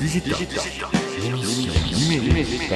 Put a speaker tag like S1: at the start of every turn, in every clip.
S1: Digita, l'émission numérique.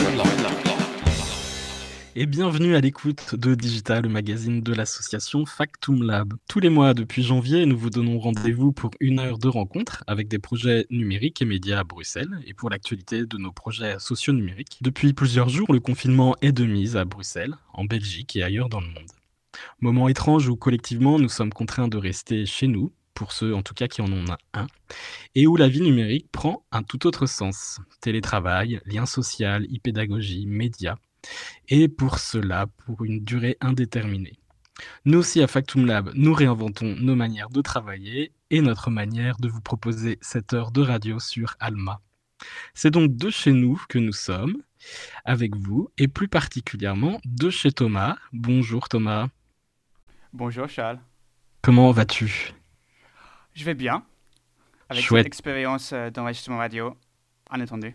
S2: Et bienvenue à l'écoute de Digita, le magazine de l'association Factum Lab. Tous les mois depuis janvier, nous vous donnons rendez-vous pour une heure de rencontre avec des projets numériques et médias à Bruxelles et pour l'actualité de nos projets socio-numériques. Depuis plusieurs jours, le confinement est de mise à Bruxelles, en Belgique et ailleurs dans le monde. Moment étrange où collectivement nous sommes contraints de rester chez nous, pour ceux en tout cas qui en ont un, et où la vie numérique prend un tout autre sens. Télétravail, lien social, e-pédagogie, médias. Et pour cela, pour une durée indéterminée. Nous aussi, à Factum Lab, nous réinventons nos manières de travailler et notre manière de vous proposer cette heure de radio sur Alma. C'est donc de chez nous que nous sommes, avec vous, et plus particulièrement de chez Thomas. Bonjour Thomas.
S3: Bonjour Charles.
S2: Comment vas-tu ?
S3: Je vais bien, avec
S2: Chouette.
S3: cette expérience d'enregistrement radio, en attendu.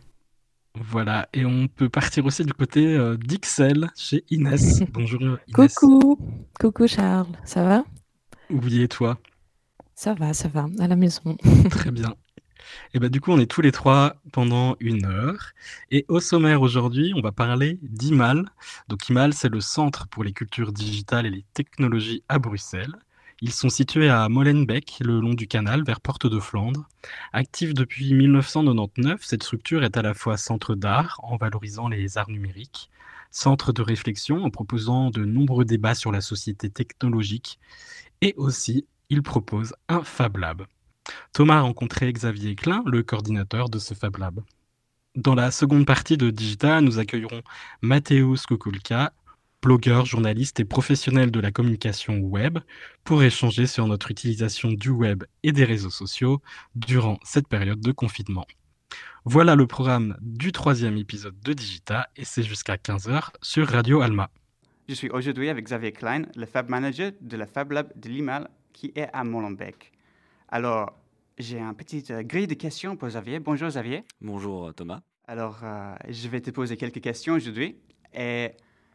S2: Voilà, et on peut partir aussi du côté d'Ixelles, chez Inès. Bonjour Inès.
S4: Coucou Charles, ça va ?
S2: Oui, et toi ?
S4: Ça va, à la maison.
S2: Très bien. Et du coup, on est tous les trois pendant une heure. Et au sommaire aujourd'hui, on va parler d'IMAL. Donc IMAL, c'est le Centre pour les cultures digitales et les technologies à Bruxelles. Ils sont situés à Molenbeek, le long du canal, vers Porte de Flandre. Active depuis 1999, cette structure est à la fois centre d'art, en valorisant les arts numériques, centre de réflexion, en proposant de nombreux débats sur la société technologique, et aussi, il propose un Fab Lab. Thomas a rencontré Xavier Klein, le coordinateur de ce Fab Lab. Dans la seconde partie de Digita, nous accueillerons Mateusz Kukulka, blogueur, journaliste et professionnel de la communication web, pour échanger sur notre utilisation du web et des réseaux sociaux durant cette période de confinement. Voilà le programme du 3e épisode de Digita et c'est jusqu'à 15h sur Radio Alma.
S3: Je suis aujourd'hui avec Xavier Klein, le Fab Manager de la Fab Lab de l'IMAL qui est à Molenbeek. Alors, j'ai un petit grille de questions pour Xavier. Bonjour Xavier.
S5: Bonjour Thomas.
S3: Alors, je vais te poser quelques questions aujourd'hui et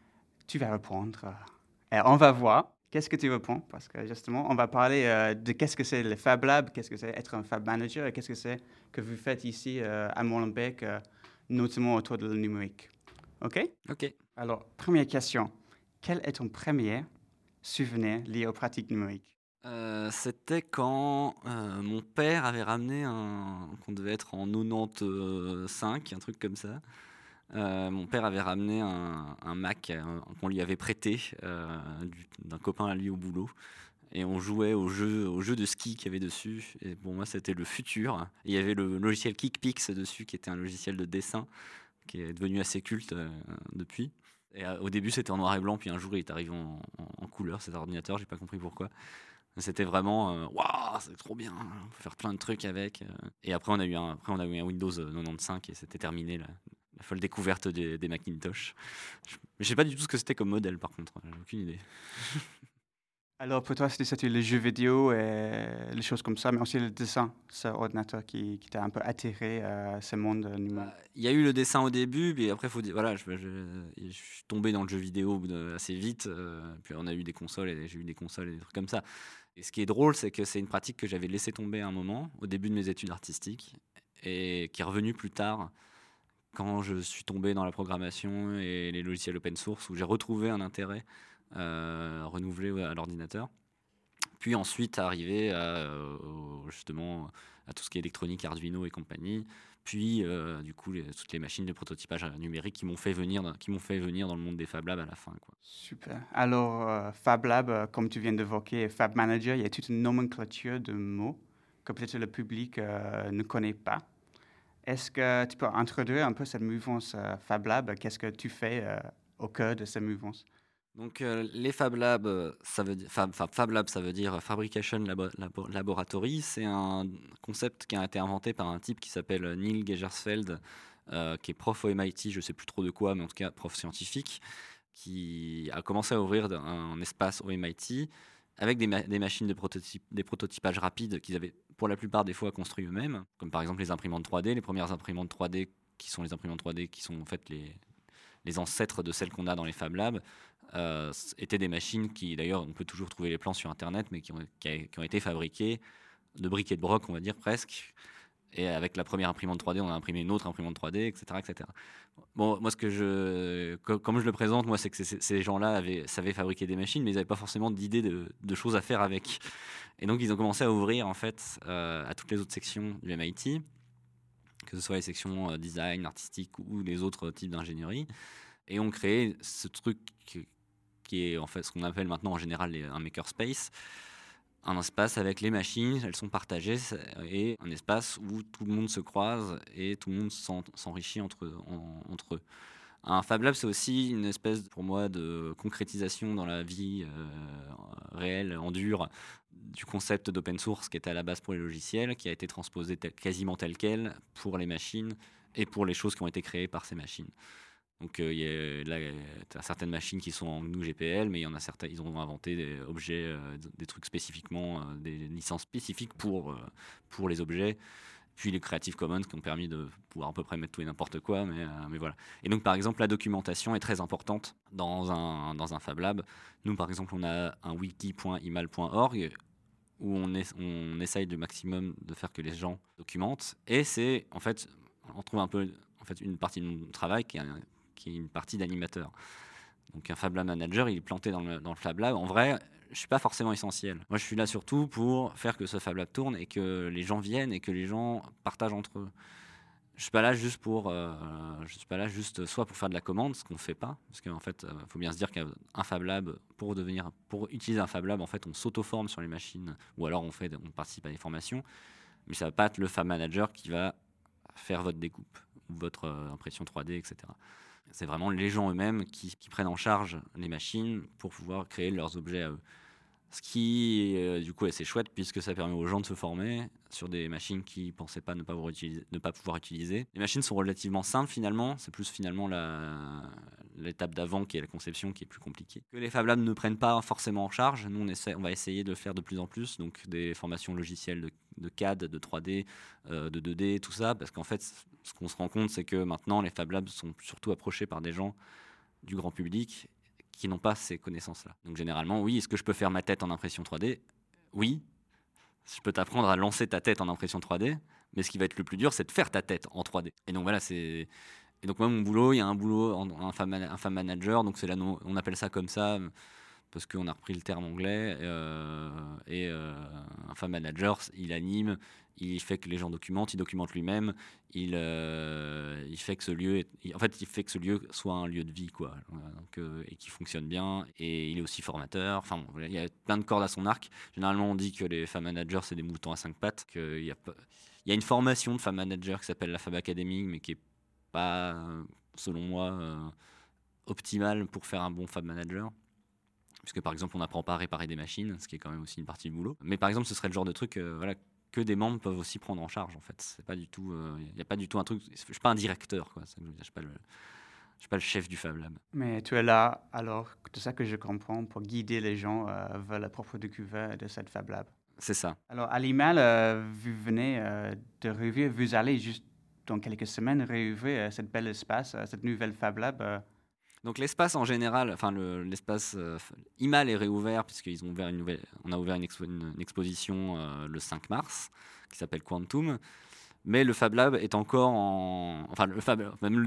S3: tu vas répondre. Et on va voir qu'est-ce que tu réponds parce que justement, on va parler de qu'est-ce que c'est le Fab Lab, qu'est-ce que c'est être un Fab Manager et qu'est-ce que c'est que vous faites ici à Molenbeek, notamment autour de le numérique. OK?
S5: Ok.
S3: Alors, première question. Quel est ton premier souvenir lié aux pratiques numériques?
S5: C'était quand mon père avait ramené qu'on devait être en 95, un truc comme ça. Mon père avait ramené un Mac qu'on lui avait prêté d'un copain à lui au boulot. Et on jouait au jeu de ski qu'il y avait dessus. Et pour moi, c'était le futur. Et il y avait le logiciel KickPix dessus, qui était un logiciel de dessin, qui est devenu assez culte depuis. Et au début, c'était en noir et blanc. Puis un jour, il est arrivé en couleur, cet ordinateur. J'ai pas compris pourquoi. C'était vraiment waouh, c'est trop bien, on peut faire plein de trucs avec. Et après on a eu un Windows 95 et c'était terminé la folle découverte des Macintosh. Je sais pas du tout ce que c'était comme modèle par contre, j'ai aucune idée.
S3: Alors, pour toi, c'était les jeux vidéo et les choses comme ça, mais aussi le dessin, ce ordinateur qui t'a un peu attiré à ce monde numérique.
S5: Il y a eu le dessin au début, puis après, faut dire, voilà, je suis tombé dans le jeu vidéo assez vite. Puis on a eu des consoles et j'ai eu des consoles et des trucs comme ça. Et ce qui est drôle, c'est que c'est une pratique que j'avais laissé tomber à un moment, au début de mes études artistiques, et qui est revenue plus tard, quand je suis tombé dans la programmation et les logiciels open source, où j'ai retrouvé un intérêt renouvelé à l'ordinateur. Puis ensuite, arrivé justement à tout ce qui est électronique, Arduino et compagnie. Puis, du coup, toutes les machines de prototypage numérique qui m'ont fait venir dans le monde des Fab Labs à la fin, quoi.
S3: Super. Alors, Fab Lab, comme tu viens d'évoquer, Fab Manager, il y a toute une nomenclature de mots que peut-être le public ne connaît pas. Est-ce que tu peux introduire un peu cette mouvance Fab Lab? Qu'est-ce que tu fais au cœur de cette mouvance?
S5: Donc, les Fab Labs, ça veut dire, Fab Lab, ça veut dire Fabrication Laboratory. C'est un concept qui a été inventé par un type qui s'appelle Neil Gegersfeld, qui est prof au MIT, je ne sais plus trop de quoi, mais en tout cas prof scientifique, qui a commencé à ouvrir un espace au MIT avec des machines des prototypages rapides qu'ils avaient pour la plupart des fois construits eux-mêmes, comme par exemple les imprimantes 3D, les premières imprimantes 3D qui sont les imprimantes 3D qui sont en fait les ancêtres de celles qu'on a dans les Fab Labs. Étaient des machines qui, d'ailleurs, on peut toujours trouver les plans sur Internet, mais qui ont été fabriquées de briques et de broc, on va dire presque, Et avec la première imprimante 3D, on a imprimé une autre imprimante 3D, etc., etc. Bon, moi, comme je le présente, moi, c'est que ces gens-là savaient fabriquer des machines, mais ils n'avaient pas forcément d'idée de choses à faire avec. Et donc, ils ont commencé à ouvrir, en fait, à toutes les autres sections du MIT, que ce soit les sections design, artistique ou les autres types d'ingénierie. Et ont créé ce truc qui est, en fait, ce qu'on appelle maintenant, en général, un makerspace. Un espace avec les machines, elles sont partagées, et un espace où tout le monde se croise et tout le monde s'enrichit entre eux. Un Fab Lab, c'est aussi une espèce, pour moi, de concrétisation dans la vie réelle, en dur, du concept d'open source qui était à la base pour les logiciels, qui a été transposé quasiment tel quel pour les machines et pour les choses qui ont été créées par ces machines. Donc, t'as certaines machines qui sont en GNU GPL, mais il y en a certains, ils ont inventé des objets, des trucs spécifiquement, des licences spécifiques pour les objets. Puis les Creative Commons qui ont permis de pouvoir à peu près mettre tout et n'importe quoi, mais voilà. Et donc, par exemple, la documentation est très importante dans un Fab Lab. Nous, par exemple, on a un wiki.imal.org où on essaye du maximum de faire que les gens documentent. Et c'est, en fait, on trouve un peu, en fait, une partie de mon travail qui est une partie d'animateur. Donc un Fab Lab Manager, il est planté dans le Fab Lab. En vrai, je ne suis pas forcément essentiel. Moi, je suis là surtout pour faire que ce Fab Lab tourne et que les gens viennent et que les gens partagent entre eux. Je suis pas là juste soit pour faire de la commande, ce qu'on ne fait pas, parce qu'en fait, faut bien se dire qu'un Fab Lab, pour utiliser un Fab Lab, en fait, on s'auto-forme sur les machines, ou alors on participe à des formations, mais ça va pas être le Fab Manager qui va faire votre découpe, ou votre impression 3D, etc. C'est vraiment les gens eux-mêmes qui prennent en charge les machines pour pouvoir créer leurs objets à eux. Ce qui, du coup, est assez chouette puisque ça permet aux gens de se former sur des machines qu'ils ne pensaient pas ne pas pouvoir utiliser. Les machines sont relativement simples finalement. C'est plus finalement l'étape d'avant qui est la conception qui est plus compliquée. Que les Fab Labs ne prennent pas forcément en charge. Nous, on va essayer de le faire de plus en plus. Donc des formations logicielles de CAD, de 3D, de 2D, tout ça. Parce qu'en fait, ce qu'on se rend compte, c'est que maintenant, les Fab Labs sont surtout approchés par des gens du grand public qui n'ont pas ces connaissances-là. Donc généralement, oui, est-ce que je peux faire ma tête en impression 3D ? Oui, je peux t'apprendre à lancer ta tête en impression 3D, mais ce qui va être le plus dur, c'est de faire ta tête en 3D. Et donc voilà, Et donc moi, mon boulot, il y a un boulot, un Fab Manager, donc on appelle ça comme ça, parce qu'on a repris le terme anglais, un Fab Manager, il anime, il fait que les gens documentent, il documente lui-même, il fait que ce lieu, il fait que ce lieu soit un lieu de vie, quoi, et qui fonctionne bien. Et il est aussi formateur. Enfin, bon, il y a plein de cordes à son arc. Généralement, on dit que les Fab Managers c'est des moutons à 5 pattes. Il y a une formation de Fab Manager qui s'appelle la Fab Academy, mais qui est pas, selon moi, optimale pour faire un bon Fab Manager. Puisque par exemple, on n'apprend pas à réparer des machines, ce qui est quand même aussi une partie du boulot. Mais par exemple, ce serait le genre de truc, que des membres peuvent aussi prendre en charge, en fait. C'est pas du tout, il n'y a pas du tout un truc. Je suis pas un directeur, quoi. Je suis pas le chef du Fab Lab.
S3: Mais tu es là, alors, de ça que je comprends, pour guider les gens vers la propre découverte de cette Fab Lab.
S5: C'est ça.
S3: Alors, à l'IMAL, vous venez de réouvrir, vous allez juste dans quelques semaines réouvrir cet bel espace, cette nouvelle Fab Lab.
S5: Donc l'espace en général, enfin l'espace IMAL est réouvert puisqu'ils ont ouvert on a ouvert une exposition le 5 mars qui s'appelle Quantum, mais le Fab Lab est encore même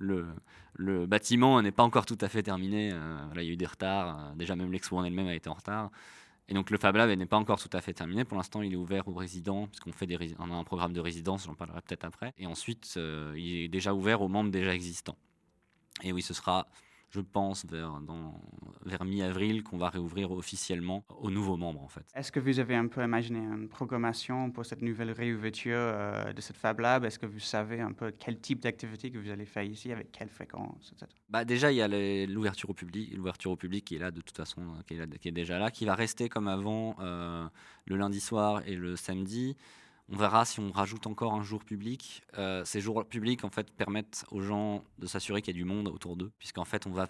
S5: le bâtiment n'est pas encore tout à fait terminé. Là, il y a eu des retards. Déjà même l'expo en elle-même a été en retard. Et donc le Fab Lab n'est pas encore tout à fait terminé. Pour l'instant, il est ouvert aux résidents puisqu'on on a un programme de résidence, j'en parlerai peut-être après. Et ensuite, il est déjà ouvert aux membres déjà existants. Et oui, ce sera, je pense, vers mi-avril qu'on va réouvrir officiellement aux nouveaux membres, en fait.
S3: Est-ce que vous avez un peu imaginé une programmation pour cette nouvelle réouverture de cette Fab Lab? Est-ce que vous savez un peu quel type d'activité que vous allez faire ici, avec quelle fréquence, etc.?
S5: Déjà, il y a l'ouverture au public qui est là de toute façon, qui est déjà là, qui va rester comme avant le lundi soir et le samedi. On verra si on rajoute encore un jour public. Ces jours publics, en fait, permettent aux gens de s'assurer qu'il y a du monde autour d'eux. Puisqu'en fait, on va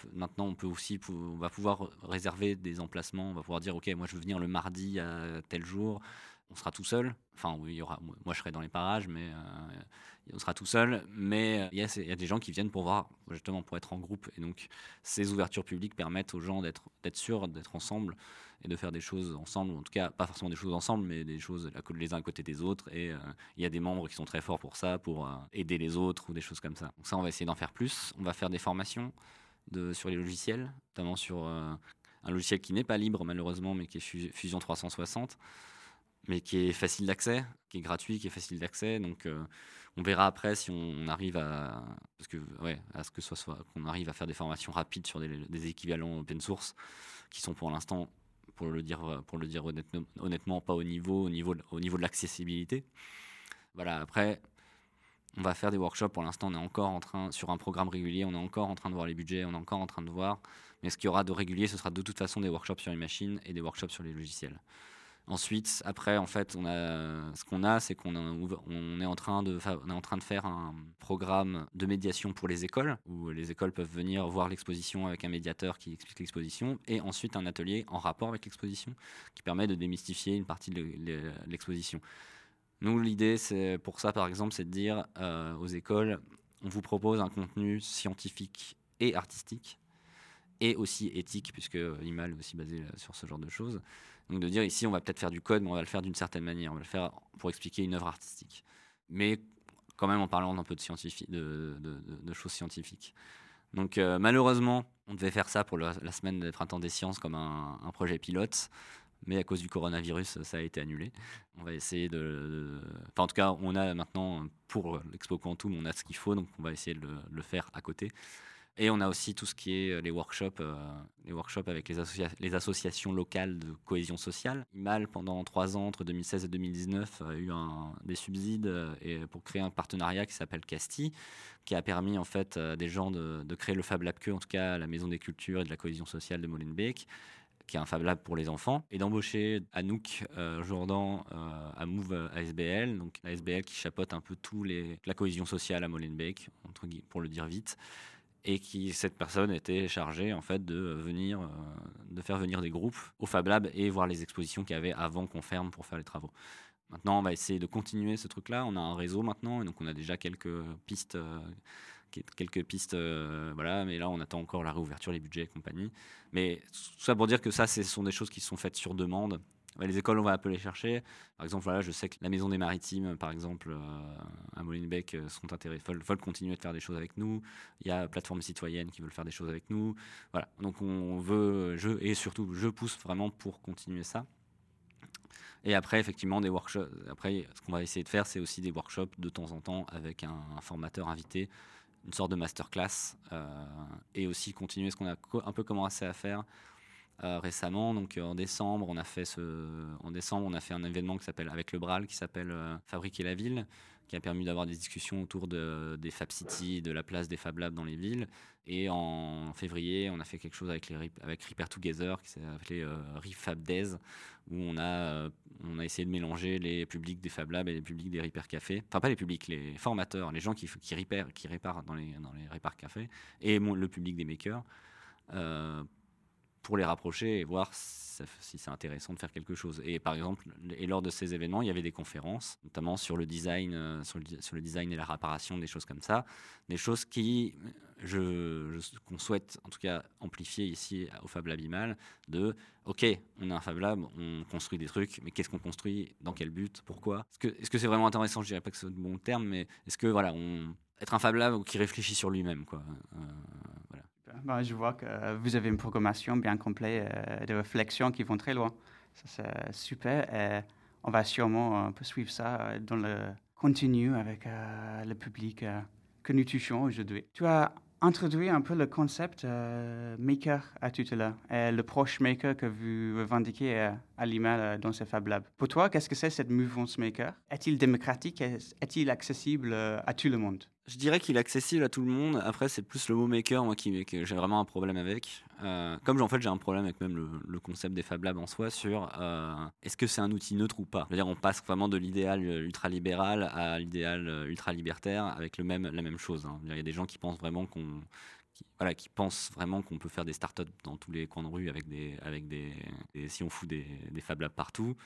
S5: pouvoir réserver des emplacements. On va pouvoir dire, OK, moi, je veux venir le mardi à tel jour. on sera tout seul. Enfin, oui, moi, je serai dans les parages, mais on sera tout seul. Mais il y a des gens qui viennent pour voir, justement, pour être en groupe. Et donc, ces ouvertures publiques permettent aux gens d'être sûrs, d'être ensemble et de faire des choses ensemble. En tout cas, pas forcément des choses ensemble, mais des choses les uns à côté des autres. Et il y a des membres qui sont très forts pour ça, pour aider les autres ou des choses comme ça. Donc ça, on va essayer d'en faire plus. On va faire des formations sur les logiciels, notamment sur un logiciel qui n'est pas libre, malheureusement, mais qui est Fusion 360. Mais qui est facile d'accès, qui est gratuit, qui est facile d'accès. Donc, on verra après si on arrive à ce que qu'on arrive à faire des formations rapides sur des équivalents open source qui sont pour l'instant, pour le dire honnêtement, pas au niveau de l'accessibilité. Voilà. Après, on va faire des workshops. Pour l'instant, on est encore sur un programme régulier. On est encore en train de voir les budgets. On est encore en train de voir. Mais ce qu'il y aura de régulier, ce sera de toute façon des workshops sur les machines et des workshops sur les logiciels. Ensuite, après, en fait, c'est qu'on est en train de faire un programme de médiation pour les écoles, où les écoles peuvent venir voir l'exposition avec un médiateur qui explique l'exposition, et ensuite un atelier en rapport avec l'exposition, qui permet de démystifier une partie de l'exposition. Nous, l'idée, pour ça, par exemple, c'est de dire aux écoles, on vous propose un contenu scientifique et artistique, et aussi éthique, puisque l'IMAL est aussi basé sur ce genre de choses. Donc de dire ici, on va peut-être faire du code, mais on va le faire d'une certaine manière. On va le faire pour expliquer une œuvre artistique. Mais quand même en parlant d'un peu de choses scientifiques. Donc malheureusement, on devait faire ça pour la semaine des Printemps des Sciences comme un projet pilote. Mais à cause du coronavirus, ça a été annulé. On va essayer en tout cas, on a maintenant, pour l'Expo Quantum, on a ce qu'il faut. Donc on va essayer de le faire à côté. Et on a aussi tout ce qui est les workshops avec les associations locales de cohésion sociale. IMAL, pendant 3 ans, entre 2016 et 2019, a eu des subsides pour créer un partenariat qui s'appelle CASTI, qui a permis en fait à des gens de créer le Fab Lab en tout cas la Maison des Cultures et de la Cohésion Sociale de Molenbeek, qui est un Fab Lab pour les enfants, et d'embaucher Anouk Jourdan à Move ASBL, donc l'ASBL qui chapeaute un peu la cohésion sociale à Molenbeek, pour le dire vite. Et cette personne était chargée en fait de faire venir des groupes au Fab Lab et voir les expositions qu'il y avait avant qu'on ferme pour faire les travaux. Maintenant, on va essayer de continuer ce truc-là. On a un réseau maintenant, et donc on a déjà quelques pistes. Voilà, mais là, on attend encore la réouverture, les budgets et compagnie. Mais tout ça pour dire que ce sont des choses qui sont faites sur demande. Les écoles, on va un peu les chercher. Par exemple, voilà, je sais que la Maison des Maritimes, par exemple, à Molenbeek, sont intéressés, veulent continuer de faire des choses avec nous. Il y a Plateforme Citoyenne qui veulent faire des choses avec nous. Voilà. Donc, je pousse vraiment pour continuer ça. Et après, effectivement, des workshops. Après, ce qu'on va essayer de faire, c'est aussi des workshops de temps en temps avec un formateur invité, une sorte de masterclass, et aussi continuer ce qu'on a un peu commencé à faire récemment. Donc en décembre, on a fait un événement qui s'appelle avec le Bral, qui s'appelle Fabriquer la ville, qui a permis d'avoir des discussions autour des Fab City, de la place des Fab Labs dans les villes. Et en février, on a fait quelque chose avec Repair Together, qui s'est appelé Refab Days, où on a essayé de mélanger les publics des Fab Labs et les publics des Repair Cafés. Enfin, pas les publics, les formateurs, les gens qui réparent dans les Repair Cafés, et le public des makers, pour les rapprocher et voir si c'est intéressant de faire quelque chose. Et par exemple, lors de ces événements, il y avait des conférences, notamment sur le design, sur le design et la réparation, des choses comme ça, des choses qu'on souhaite en tout cas amplifier ici au Fab Lab IMAL, ok, on a un Fab Lab, on construit des trucs, mais qu'est-ce qu'on construit, dans quel but, pourquoi? Est-ce que c'est vraiment intéressant? Je dirais pas que c'est le bon terme, mais est-ce que voilà, être un Fab Lab qui réfléchit sur lui-même, quoi. Voilà.
S3: Ben, je vois que vous avez une programmation bien complète de réflexions qui vont très loin. Ça, c'est super. Et on va sûrement poursuivre ça dans le continu avec le public que nous touchons aujourd'hui. Tu as introduit un peu le concept maker à tout à l'heure, et le proche maker que vous revendiquez à l'IMAL dans ce Fab Lab. Pour toi, qu'est-ce que c'est cette mouvance maker? Est-il démocratique? Est-il accessible à tout le monde?
S5: Je dirais qu'il est accessible à tout le monde. Après, c'est plus le mot maker, moi, que j'ai vraiment un problème avec. Comme en fait, j'ai un problème avec même le concept des Fab Labs en soi sur est-ce que c'est un outil neutre ou pas. Je veux dire, on passe vraiment de l'idéal ultra-libéral à l'idéal ultra-libertaire avec la même chose. Hein. Il y a des gens qui pensent vraiment qu'on peut faire des startups dans tous les coins de rue avec si on fout des Fab Labs partout.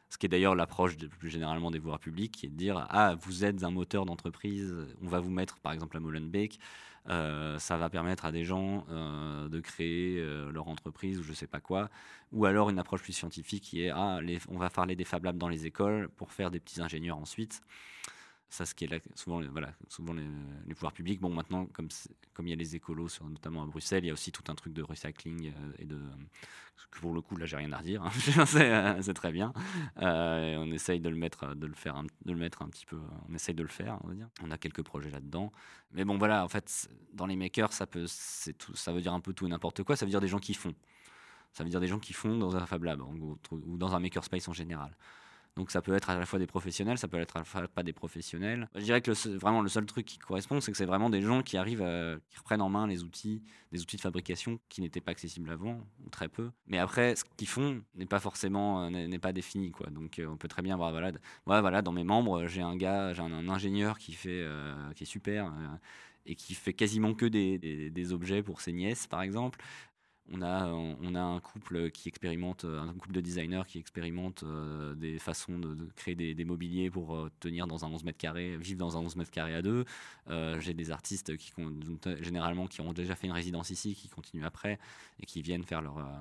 S5: Ce qui est d'ailleurs l'approche plus généralement des pouvoirs publics, qui est de dire « Ah, vous êtes un moteur d'entreprise, on va vous mettre par exemple à Molenbeek, ça va permettre à des gens de créer leur entreprise ou je sais pas quoi. » Ou alors une approche plus scientifique qui est « Ah, on va parler des Fab Labs dans les écoles pour faire des petits ingénieurs ensuite. » Ça, ce qui est là, souvent les pouvoirs publics. Bon, maintenant, comme il y a les écolos, notamment à Bruxelles, il y a aussi tout un truc de recycling et de. Pour le coup, là, j'ai rien à redire. C'est très bien. On essaye de le mettre un petit peu. On essaye de le faire, on va dire. On a quelques projets là-dedans. Mais bon, voilà, en fait, dans les makers, ça veut dire un peu tout et n'importe quoi. Ça veut dire des gens qui font. Ça veut dire des gens qui font dans un Fab Lab ou dans un makerspace en général. Donc ça peut être à la fois des professionnels, ça peut être à la fois pas des professionnels. Je dirais que vraiment le seul truc qui correspond, c'est que c'est vraiment des gens qui arrivent, qui reprennent en main des outils de fabrication qui n'étaient pas accessibles avant, ou très peu. Mais après, ce qu'ils font n'est pas défini, quoi. Donc on peut très bien voir, voilà, dans mes membres, j'ai un ingénieur qui est super et qui fait quasiment que des objets pour ses nièces, par exemple. On a un couple de designers qui expérimentent des façons de créer des mobiliers pour tenir dans un 11 mètres carrés, vivre dans un 11 mètres carrés à deux. J'ai des artistes généralement qui ont déjà fait une résidence ici, qui continuent après et qui viennent faire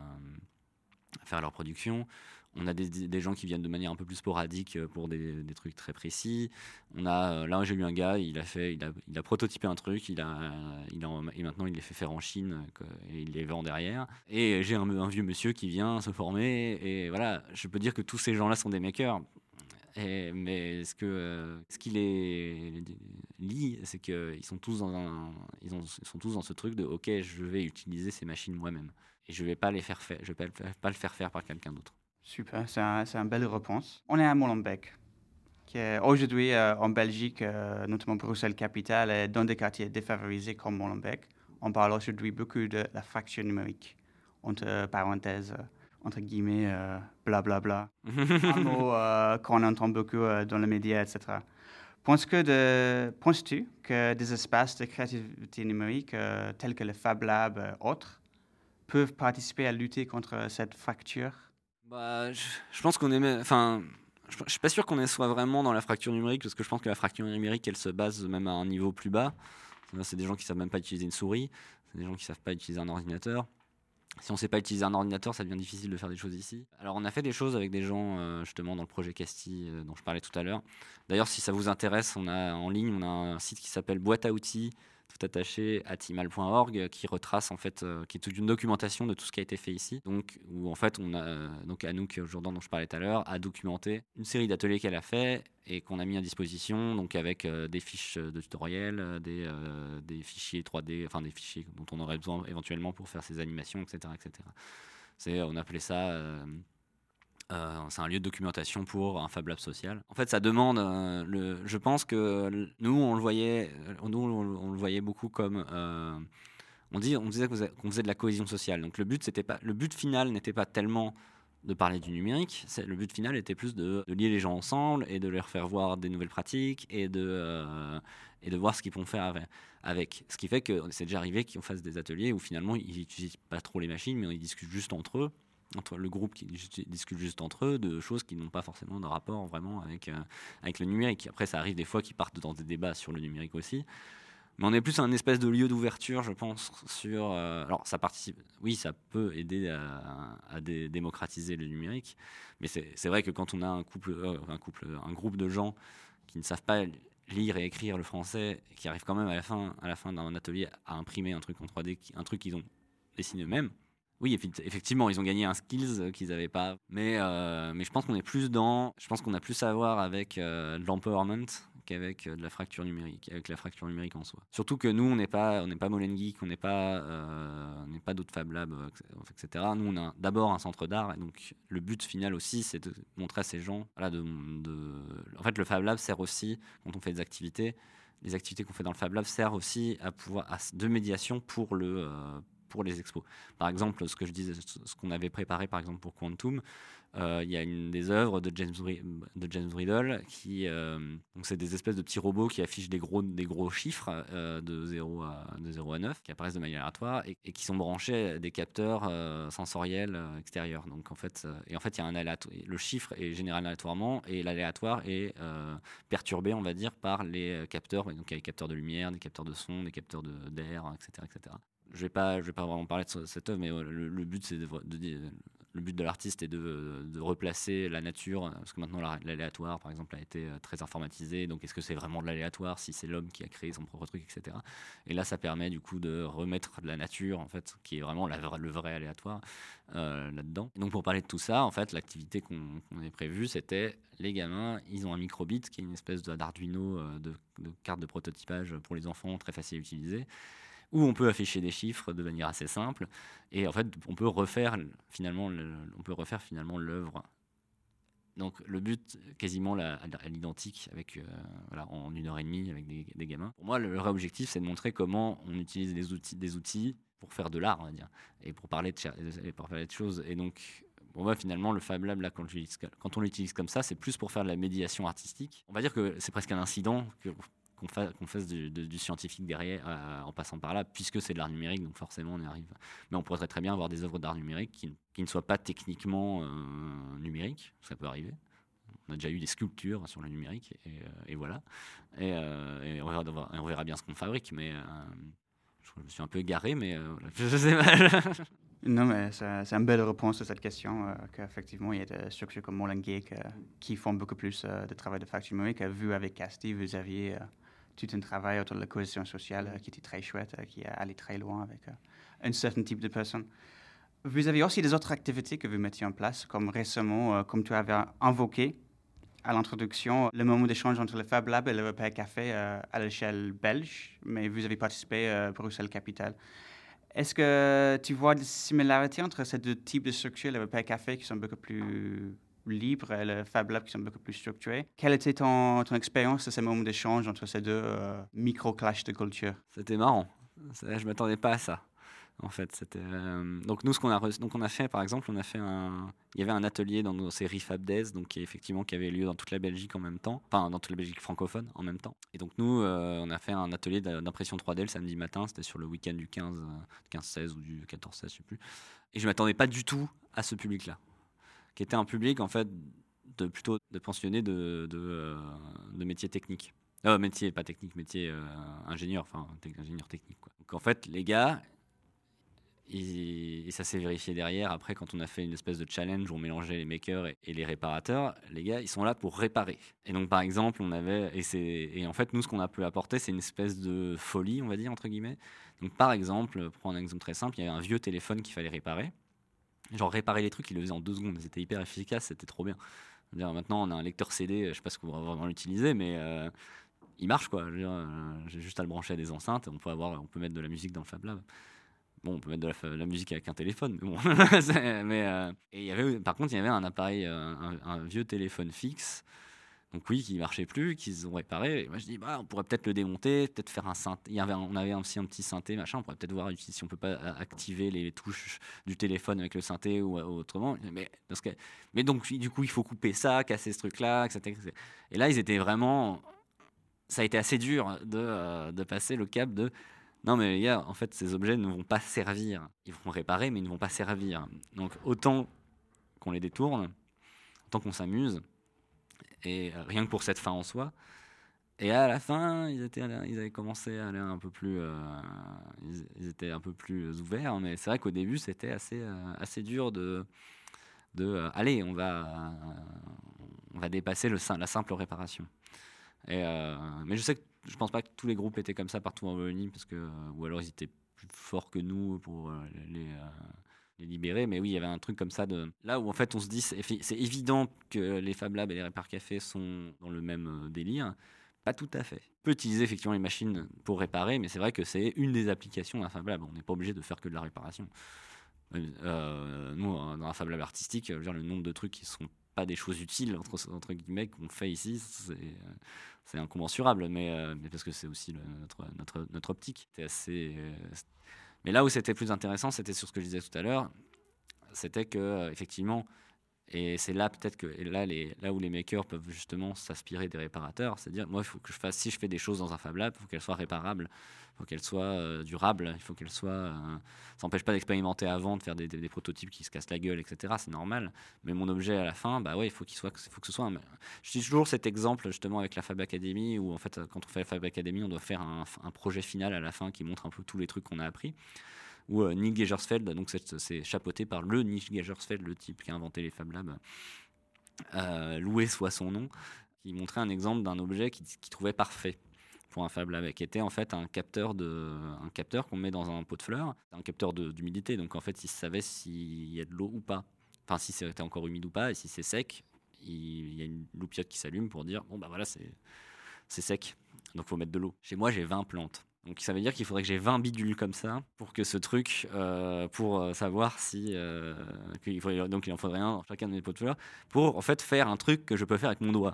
S5: leur production. On a des gens qui viennent de manière un peu plus sporadique pour des trucs très précis. Là, j'ai eu un gars, il a prototypé un truc, et maintenant il les fait faire en Chine et il les vend derrière. Et j'ai un vieux monsieur qui vient se former. Et voilà, je peux dire que tous ces gens-là sont des makers. Mais ce qui les lie, c'est qu'ils sont tous dans ce truc de OK, je vais utiliser ces machines moi-même. Et je vais pas le faire faire par quelqu'un d'autre.
S3: Super, c'est une belle réponse. On est à Molenbeek, qui est aujourd'hui en Belgique, notamment Bruxelles-Capitale, et dans des quartiers défavorisés comme Molenbeek. On parle aujourd'hui beaucoup de la fracture numérique, entre parenthèses, entre guillemets, blablabla. Un mot qu'on entend beaucoup dans les médias, etc. Penses-tu que des espaces de créativité numérique tels que le Fab Lab et autres peuvent participer à lutter contre cette fracture?
S5: Je pense qu'on est... Enfin, je suis pas sûr qu'on soit vraiment dans la fracture numérique, parce que je pense que la fracture numérique, elle se base même à un niveau plus bas. C'est des gens qui savent même pas utiliser une souris, c'est des gens qui savent pas utiliser un ordinateur. Si on sait pas utiliser un ordinateur, ça devient difficile de faire des choses ici. Alors on a fait des choses avec des gens justement dans le projet Casti dont je parlais tout à l'heure. D'ailleurs, si ça vous intéresse, on a un site qui s'appelle Boîte à outils, tout attaché, @imal.org, qui retrace en fait, qui est toute une documentation de tout ce qui a été fait ici. Donc où en fait on a donc Anouk Jourdan dont je parlais tout à l'heure a documenté une série d'ateliers qu'elle a fait et qu'on a mis à disposition, donc avec des fiches de tutoriels, des fichiers 3D, enfin des fichiers dont on aurait besoin éventuellement pour faire ces animations, etc., etc. On appelait ça c'est un lieu de documentation pour un Fab Lab social. En fait, ça demande. Je pense que nous, on le voyait beaucoup comme. On disait qu'on faisait de la cohésion sociale. Donc le but final n'était pas tellement de parler du numérique. Le but final était plus de lier les gens ensemble et de leur faire voir des nouvelles pratiques et de voir ce qu'ils pourront faire avec. Ce qui fait que c'est déjà arrivé qu'ils fassent des ateliers où finalement ils n'utilisent pas trop les machines, mais ils discutent juste entre eux. Entre le groupe qui discute juste entre eux de choses qui n'ont pas forcément de rapport vraiment avec le numérique. Après, ça arrive des fois qu'ils partent dans des débats sur le numérique aussi. Mais on est plus un espèce de lieu d'ouverture, je pense, sur... alors, ça participe... Oui, ça peut aider à démocratiser le numérique. Mais c'est vrai que quand on a un groupe de gens qui ne savent pas lire et écrire le français, qui arrivent quand même à la fin d'un atelier à imprimer un truc en 3D, un truc qu'ils ont dessiné eux-mêmes. Oui, effectivement, ils ont gagné un skills qu'ils n'avaient pas. Mais je pense qu'on est plus je pense qu'on a plus à voir avec de l'empowerment qu'avec de la fracture numérique, avec la fracture numérique en soi. Surtout que nous, on n'est pas Molengeek, on n'est pas d'autres Fab Labs, etc. Nous, on a d'abord un centre d'art, et donc le but final aussi, c'est de montrer à ces gens, voilà, en fait, le Fab Lab sert aussi, quand on fait des activités, les activités qu'on fait dans le Fab Lab servent aussi de médiation pour pour les expos. Par exemple, ce que je disais, ce qu'on avait préparé par exemple pour Quantum, il y a une des œuvres de James Riddle qui, donc c'est des espèces de petits robots qui affichent des gros chiffres de 0 à 9 qui apparaissent de manière aléatoire et qui sont branchés à des capteurs sensoriels extérieurs. Donc en fait, il y a un le chiffre est généré aléatoirement et l'aléatoire est perturbé, on va dire, par les capteurs. Donc il y a des capteurs de lumière, des capteurs de son, des capteurs d'air, etc., etc. Je vais pas vraiment parler de cette œuvre, mais le but c'est le but de l'artiste est de replacer la nature, parce que maintenant l'aléatoire, par exemple, a été très informatisé. Donc, est-ce que c'est vraiment de l'aléatoire si c'est l'homme qui a créé son propre truc, etc. Et là, ça permet du coup de remettre de la nature, en fait, qui est vraiment le vrai aléatoire là-dedans. Et donc, pour parler de tout ça, en fait, l'activité qu'on avait prévue, c'était les gamins, ils ont un microbit, qui est une espèce d'Arduino de carte de prototypage pour les enfants, très facile à utiliser, où on peut afficher des chiffres de manière assez simple, et en fait on peut refaire finalement l'œuvre. Donc le but quasiment à l'identique avec en 1h30 avec des gamins. Pour moi, le vrai objectif, c'est de montrer comment on utilise des outils pour faire de l'art, on va dire, et pour parler de choses. Et donc pour moi, finalement, le Fab Lab, là, quand on l'utilise comme ça, c'est plus pour faire de la médiation artistique. On va dire que c'est presque un incident qu'on fasse du scientifique derrière en passant par là, puisque c'est de l'art numérique, donc forcément on y arrive. Mais on pourrait très bien avoir des œuvres d'art numérique qui ne soient pas techniquement numériques, ça peut arriver. On a déjà eu des sculptures sur le numérique, et voilà. Et on verra bien ce qu'on fabrique, mais je me suis un peu égaré, mais je sais pas.
S3: Non, mais c'est une belle réponse à cette question, qu'effectivement, il y a des structures comme Molengeek qui font beaucoup plus de travail de facture numérique. Vu avec Casti, vous aviez tout un travail autour de la cohésion sociale qui était très chouette, qui allait très loin avec un certain type de personnes. Vous avez aussi des autres activités que vous mettiez en place, comme récemment, comme tu avais invoqué à l'introduction, le moment d'échange entre le Fab Lab et le Repair Café à l'échelle belge, mais vous avez participé à Bruxelles-Capitale. Est-ce que tu vois des similarités entre ces deux types de structures, le Repair Café qui sont beaucoup plus libres et le Fab Lab qui sont beaucoup plus structurés? Quelle était ton expérience de ces moments d'échange entre ces deux micro-clashs de culture?
S5: C'était marrant. Je ne m'attendais pas à ça. En fait, c'était donc nous on a fait, par exemple, il y avait un atelier dans nos séries Fab Days, donc qui avait lieu dans toute la Belgique en même temps, enfin dans toute la Belgique francophone en même temps. Et donc nous on a fait un atelier d'impression 3D le samedi matin, c'était sur le week-end du 15-16 ou du 14-16, je sais plus. Et je m'attendais pas du tout à ce public-là, qui était un public en fait plutôt de pensionnés de métiers techniques. Métier pas technique, métier ingénieur, enfin ingénieur technique, quoi. Donc en fait les gars, et ça s'est vérifié derrière, après quand on a fait une espèce de challenge où on mélangeait les makers et les réparateurs, les gars ils sont là pour réparer. Et donc par exemple et en fait nous ce qu'on a pu apporter, c'est une espèce de folie, on va dire, entre guillemets. Donc par exemple, pour prendre un exemple très simple, il y avait un vieux téléphone qu'il fallait réparer. Genre réparer les trucs, il le faisait en 2 secondes, c'était hyper efficace, c'était trop bien. Maintenant on a un lecteur CD, je sais pas ce qu'on va vraiment l'utiliser, mais il marche, quoi. J'ai juste à le brancher à des enceintes, on peut mettre de la musique dans le Fab Lab. Bon, on peut mettre de la musique avec un téléphone, mais bon. Et par contre, il y avait un appareil, un vieux téléphone fixe, donc oui, qui marchait plus, qu'ils ont réparé. Et moi, je dis, on pourrait peut-être le démonter, peut-être faire un synthé. On avait aussi un petit synthé, machin. On pourrait peut-être voir si on peut pas activer les touches du téléphone avec le synthé ou autrement. Mais donc, du coup, il faut couper ça, casser ce truc-là, etc. Et là, ils étaient vraiment. Ça a été assez dur de passer le cap de. Non, mais les gars, en fait, ces objets ne vont pas servir. Ils vont réparer, mais ils ne vont pas servir. Donc, autant qu'on les détourne, autant qu'on s'amuse, et rien que pour cette fin en soi. Et à la fin, ils avaient commencé à aller un peu plus. Ils étaient un peu plus ouverts, mais c'est vrai qu'au début, c'était assez dur allez, on va dépasser la simple réparation. Mais je pense pas que tous les groupes étaient comme ça partout en Wallonie, ou alors ils étaient plus forts que nous pour les libérer. Mais oui, il y avait un truc comme ça là où en fait on se dit c'est évident que les Fab Labs et les Repair Café sont dans le même délire. Pas tout à fait. On peut utiliser effectivement les machines pour réparer, mais c'est vrai que c'est une des applications d'un Fab Lab. On n'est pas obligé de faire que de la réparation. Nous, dans un Fab Lab artistique, je veux dire, le nombre de trucs qui sont pas des choses utiles entre guillemets qu'on fait ici, c'est incommensurable, mais parce que c'est aussi notre optique. Mais là où c'était plus intéressant, c'était sur ce que je disais tout à l'heure, c'était que effectivement, et c'est là peut-être que là où les makers peuvent justement s'inspirer des réparateurs, c'est-à-dire moi il faut que je fasse, si je fais des choses dans un Fab Lab, il faut qu'elles soient réparables, il faut qu'elles soient durables, il faut qu'elles soient ça n'empêche pas d'expérimenter avant, de faire des prototypes qui se cassent la gueule, etc. C'est normal, mais mon objet à la fin, bah ouais, il faut que ce soit je dis toujours cet exemple justement avec la Fab Academy, où en fait quand on fait la Fab Academy, on doit faire un projet final à la fin qui montre un peu tous les trucs qu'on a appris, où Neil Gegersfeld, donc c'est chapeauté par le Neil Gegersfeld, le type qui a inventé les Fab Labs, loué soit son nom, qui montrait un exemple d'un objet qu'il trouvait parfait pour un Fab Lab, qui était en fait un capteur qu'on met dans un pot de fleurs, un capteur d'humidité, donc en fait il savait s'il y a de l'eau ou pas, enfin si c'était encore humide ou pas, et si c'est sec, il y a une loupiote qui s'allume pour dire bon bah voilà c'est sec, donc il faut mettre de l'eau. Chez moi j'ai 20 plantes. Donc ça veut dire qu'il faudrait que j'ai 20 bidules comme ça pour que ce truc, pour savoir si... donc il en faudrait un dans chacun de mes pots de fleurs pour en fait faire un truc que je peux faire avec mon doigt.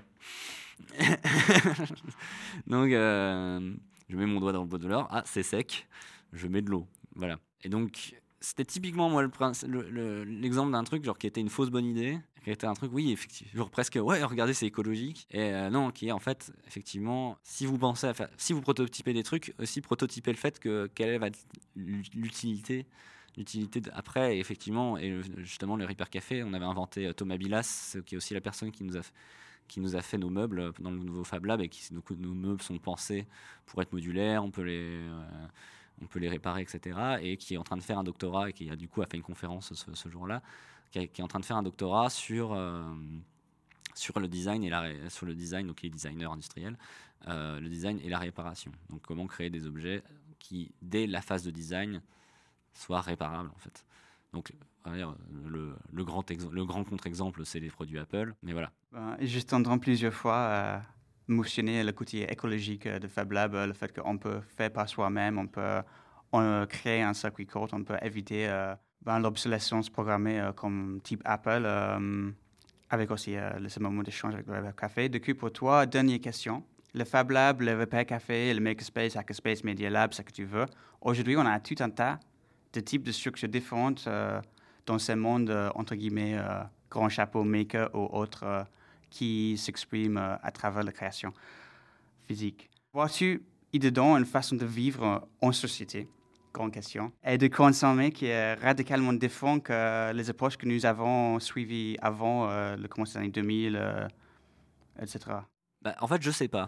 S5: Donc je mets mon doigt dans le pot de fleurs, ah c'est sec, je mets de l'eau. Voilà. Et donc c'était typiquement moi l'exemple d'un truc genre qui était une fausse bonne idée, qui était un truc oui effectivement genre presque ouais regardez c'est écologique, et non qui est en fait effectivement si vous pensez à faire, si vous prototypez des trucs aussi prototypez le fait que quelle va être l'utilité après, effectivement, et justement le Repair Café, on avait inventé Thomas Bilas, qui est aussi la personne qui nous a fait nos meubles dans le nouveau Fab Lab, et nos meubles sont pensés pour être modulaires, on peut les réparer, etc. Et qui est en train de faire un doctorat, et qui a du coup fait une conférence ce jour-là, qui est en train de faire un doctorat sur le design sur le design, donc il est designer industriel, le design et la réparation. Donc comment créer des objets qui, dès la phase de design, soient réparables en fait. Donc le grand contre-exemple, c'est les produits Apple, mais voilà.
S3: Juste entendre plusieurs fois mentionner le côté écologique de Fab Lab, le fait qu'on peut faire par soi-même, on peut créer un circuit court, on peut éviter l'obsolescence programmée comme type Apple, avec aussi ce moment d'échange avec le Repair Café. Du coup, pour toi, dernière question. Le Fab Lab, le Repair Café, le Makerspace, Hackerspace, Media Lab, ce que tu veux. Aujourd'hui, on a tout un tas de types de structures différentes dans ce monde, entre guillemets, grand chapeau maker ou autre, qui s'expriment à travers la création physique. Vois-tu dedans une façon de vivre en société, grande question, et de consommer qui est radicalement différent que les approches que nous avons suivies avant le commencement des années 2000, etc.
S5: En fait, je sais pas.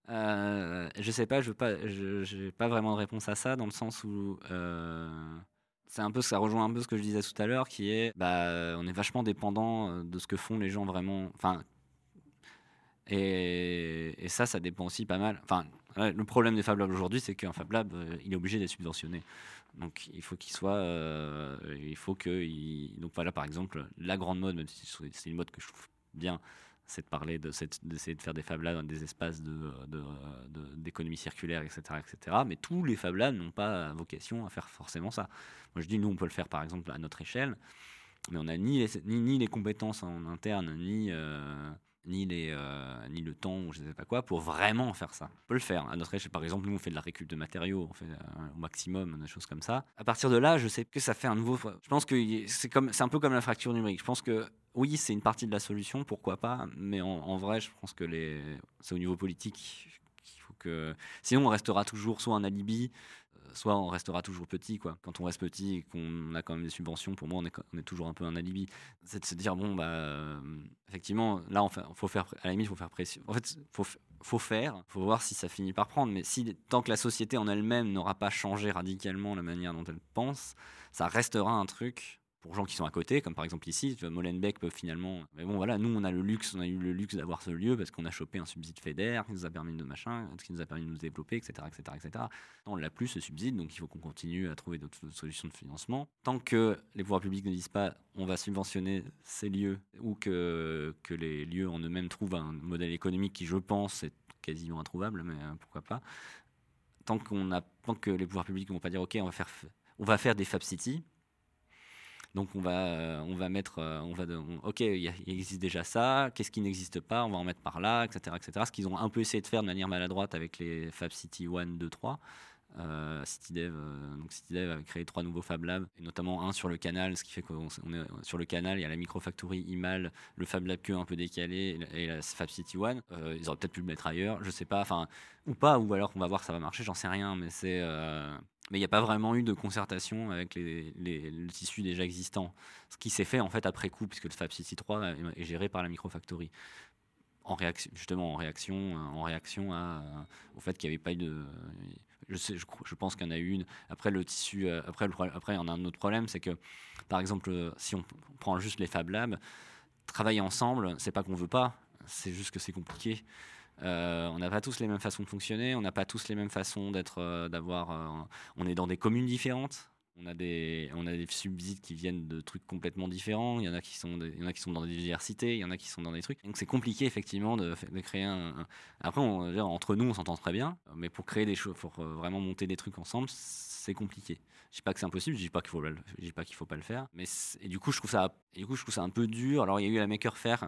S5: Je n'ai pas vraiment de réponse à ça, dans le sens où ça rejoint un peu ce que je disais tout à l'heure, qui est on est vachement dépendant de ce que font les gens vraiment. Enfin, et ça dépend aussi pas mal. Enfin, le problème des Fab Labs aujourd'hui, c'est qu'un Fab Lab, il est obligé d'être subventionné. Donc il faut qu'il soit, donc voilà, par exemple, la grande mode, même si c'est une mode que je trouve bien, c'est de parler d'essayer de faire des Fab Labs dans des espaces d'économie circulaire, etc., etc. Mais tous les Fab Labs n'ont pas vocation à faire forcément ça. Moi je dis, nous on peut le faire par exemple à notre échelle, mais on n'a ni les compétences en interne, ni le temps ou je ne sais pas quoi pour vraiment faire ça. On peut le faire. À notre échelle, par exemple, nous on fait de la récup de matériaux, on fait au maximum des choses comme ça. À partir de là, je sais que ça fait un nouveau. Je pense que c'est un peu comme la fracture numérique. Je pense que oui, c'est une partie de la solution, pourquoi pas, mais en vrai, je pense que c'est au niveau politique qu'il faut que. Sinon, on restera toujours soit un alibi, soit on restera toujours petit, quoi. Quand on reste petit et qu'on a quand même des subventions, pour moi, on est toujours un peu un alibi. C'est de se dire, bon, effectivement, là, faut faire, à la limite, il faut faire pression. En fait, faut voir si ça finit par prendre. Mais tant que la société en elle-même n'aura pas changé radicalement la manière dont elle pense, ça restera un truc pour gens qui sont à côté, comme par exemple ici, Molenbeek peuvent finalement... Mais bon, voilà, nous, on a eu le luxe d'avoir ce lieu parce qu'on a chopé un subside FEDER qui nous a permis de qui nous a permis de nous développer, etc., etc., etc. On l'a plus, ce subside, donc il faut qu'on continue à trouver d'autres solutions de financement. Tant que les pouvoirs publics ne disent pas on va subventionner ces lieux, ou que les lieux en eux-mêmes trouvent un modèle économique qui, je pense, est quasiment introuvable, mais pourquoi pas. Tant que les pouvoirs publics ne vont pas dire ok, on va faire des Fab City. Donc on va mettre, ok, il existe déjà ça, qu'est-ce qui n'existe pas, on va en mettre par là, etc., etc. Ce qu'ils ont un peu essayé de faire de manière maladroite avec les Fab City 1, 2, 3. CityDev, donc CityDev avait créé 3 nouveaux Fab Labs, et notamment un sur le canal, ce qui fait qu'on est sur le canal, il y a la Microfactory, Imal, le Fab Lab Q un peu décalé, et la Fab City One. Ils auraient peut-être pu le mettre ailleurs, je sais pas, enfin, ou pas, ou alors qu'on va voir que ça va marcher, j'en sais rien, mais mais il n'y a pas vraiment eu de concertation avec le tissu déjà existant. Ce qui s'est fait en fait après coup, puisque le Fab City 3 est géré par la Microfactory. En réaction au fait qu'il n'y avait pas eu de. Je pense qu'il y en a eu une. Après, le tissu. Après, il y en a un autre problème, c'est que, par exemple, si on prend juste les Fab Labs, travailler ensemble, c'est pas qu'on veut pas, c'est juste que c'est compliqué. On n'a pas tous les mêmes façons de fonctionner, on n'a pas tous les mêmes façons on est dans des communes différentes. On a des subsides qui viennent de trucs complètement différents. Il y en a qui sont dans des universités, il y en a qui sont dans des trucs. Donc c'est compliqué effectivement de créer Après, entre nous, on s'entend très bien, mais pour créer des choses, pour vraiment monter des trucs ensemble, c'est compliqué. Je dis pas que c'est impossible, je dis pas qu'il faut pas le faire, mais du coup je trouve ça un peu dur. Alors il y a eu la Maker Faire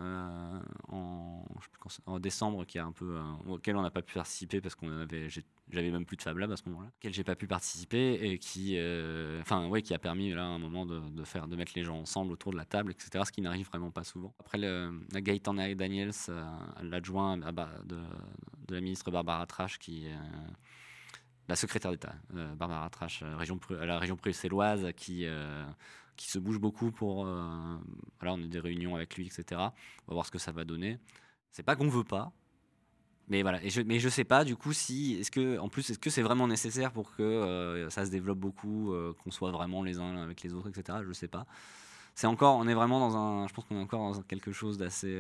S5: en décembre auquel on n'a pas pu participer parce j'avais même plus de Fab Lab à ce moment-là, auquel j'ai pas pu participer et qui a permis là à un moment de mettre les gens ensemble autour de la table, etc. Ce qui n'arrive vraiment pas souvent. Après la Gaëtan Daniels, l'adjoint de la ministre Barbara Trash la secrétaire d'État, Barbara Trash, à la région bruxelloise, qui se bouge beaucoup pour. On a des réunions avec lui, etc. On va voir ce que ça va donner. C'est pas qu'on veut pas, mais voilà. Mais je sais pas, du coup, est-ce que c'est vraiment nécessaire pour que ça se développe beaucoup, qu'on soit vraiment les uns avec les autres, etc. Je sais pas. On est vraiment je pense qu'on est encore dans quelque chose d'assez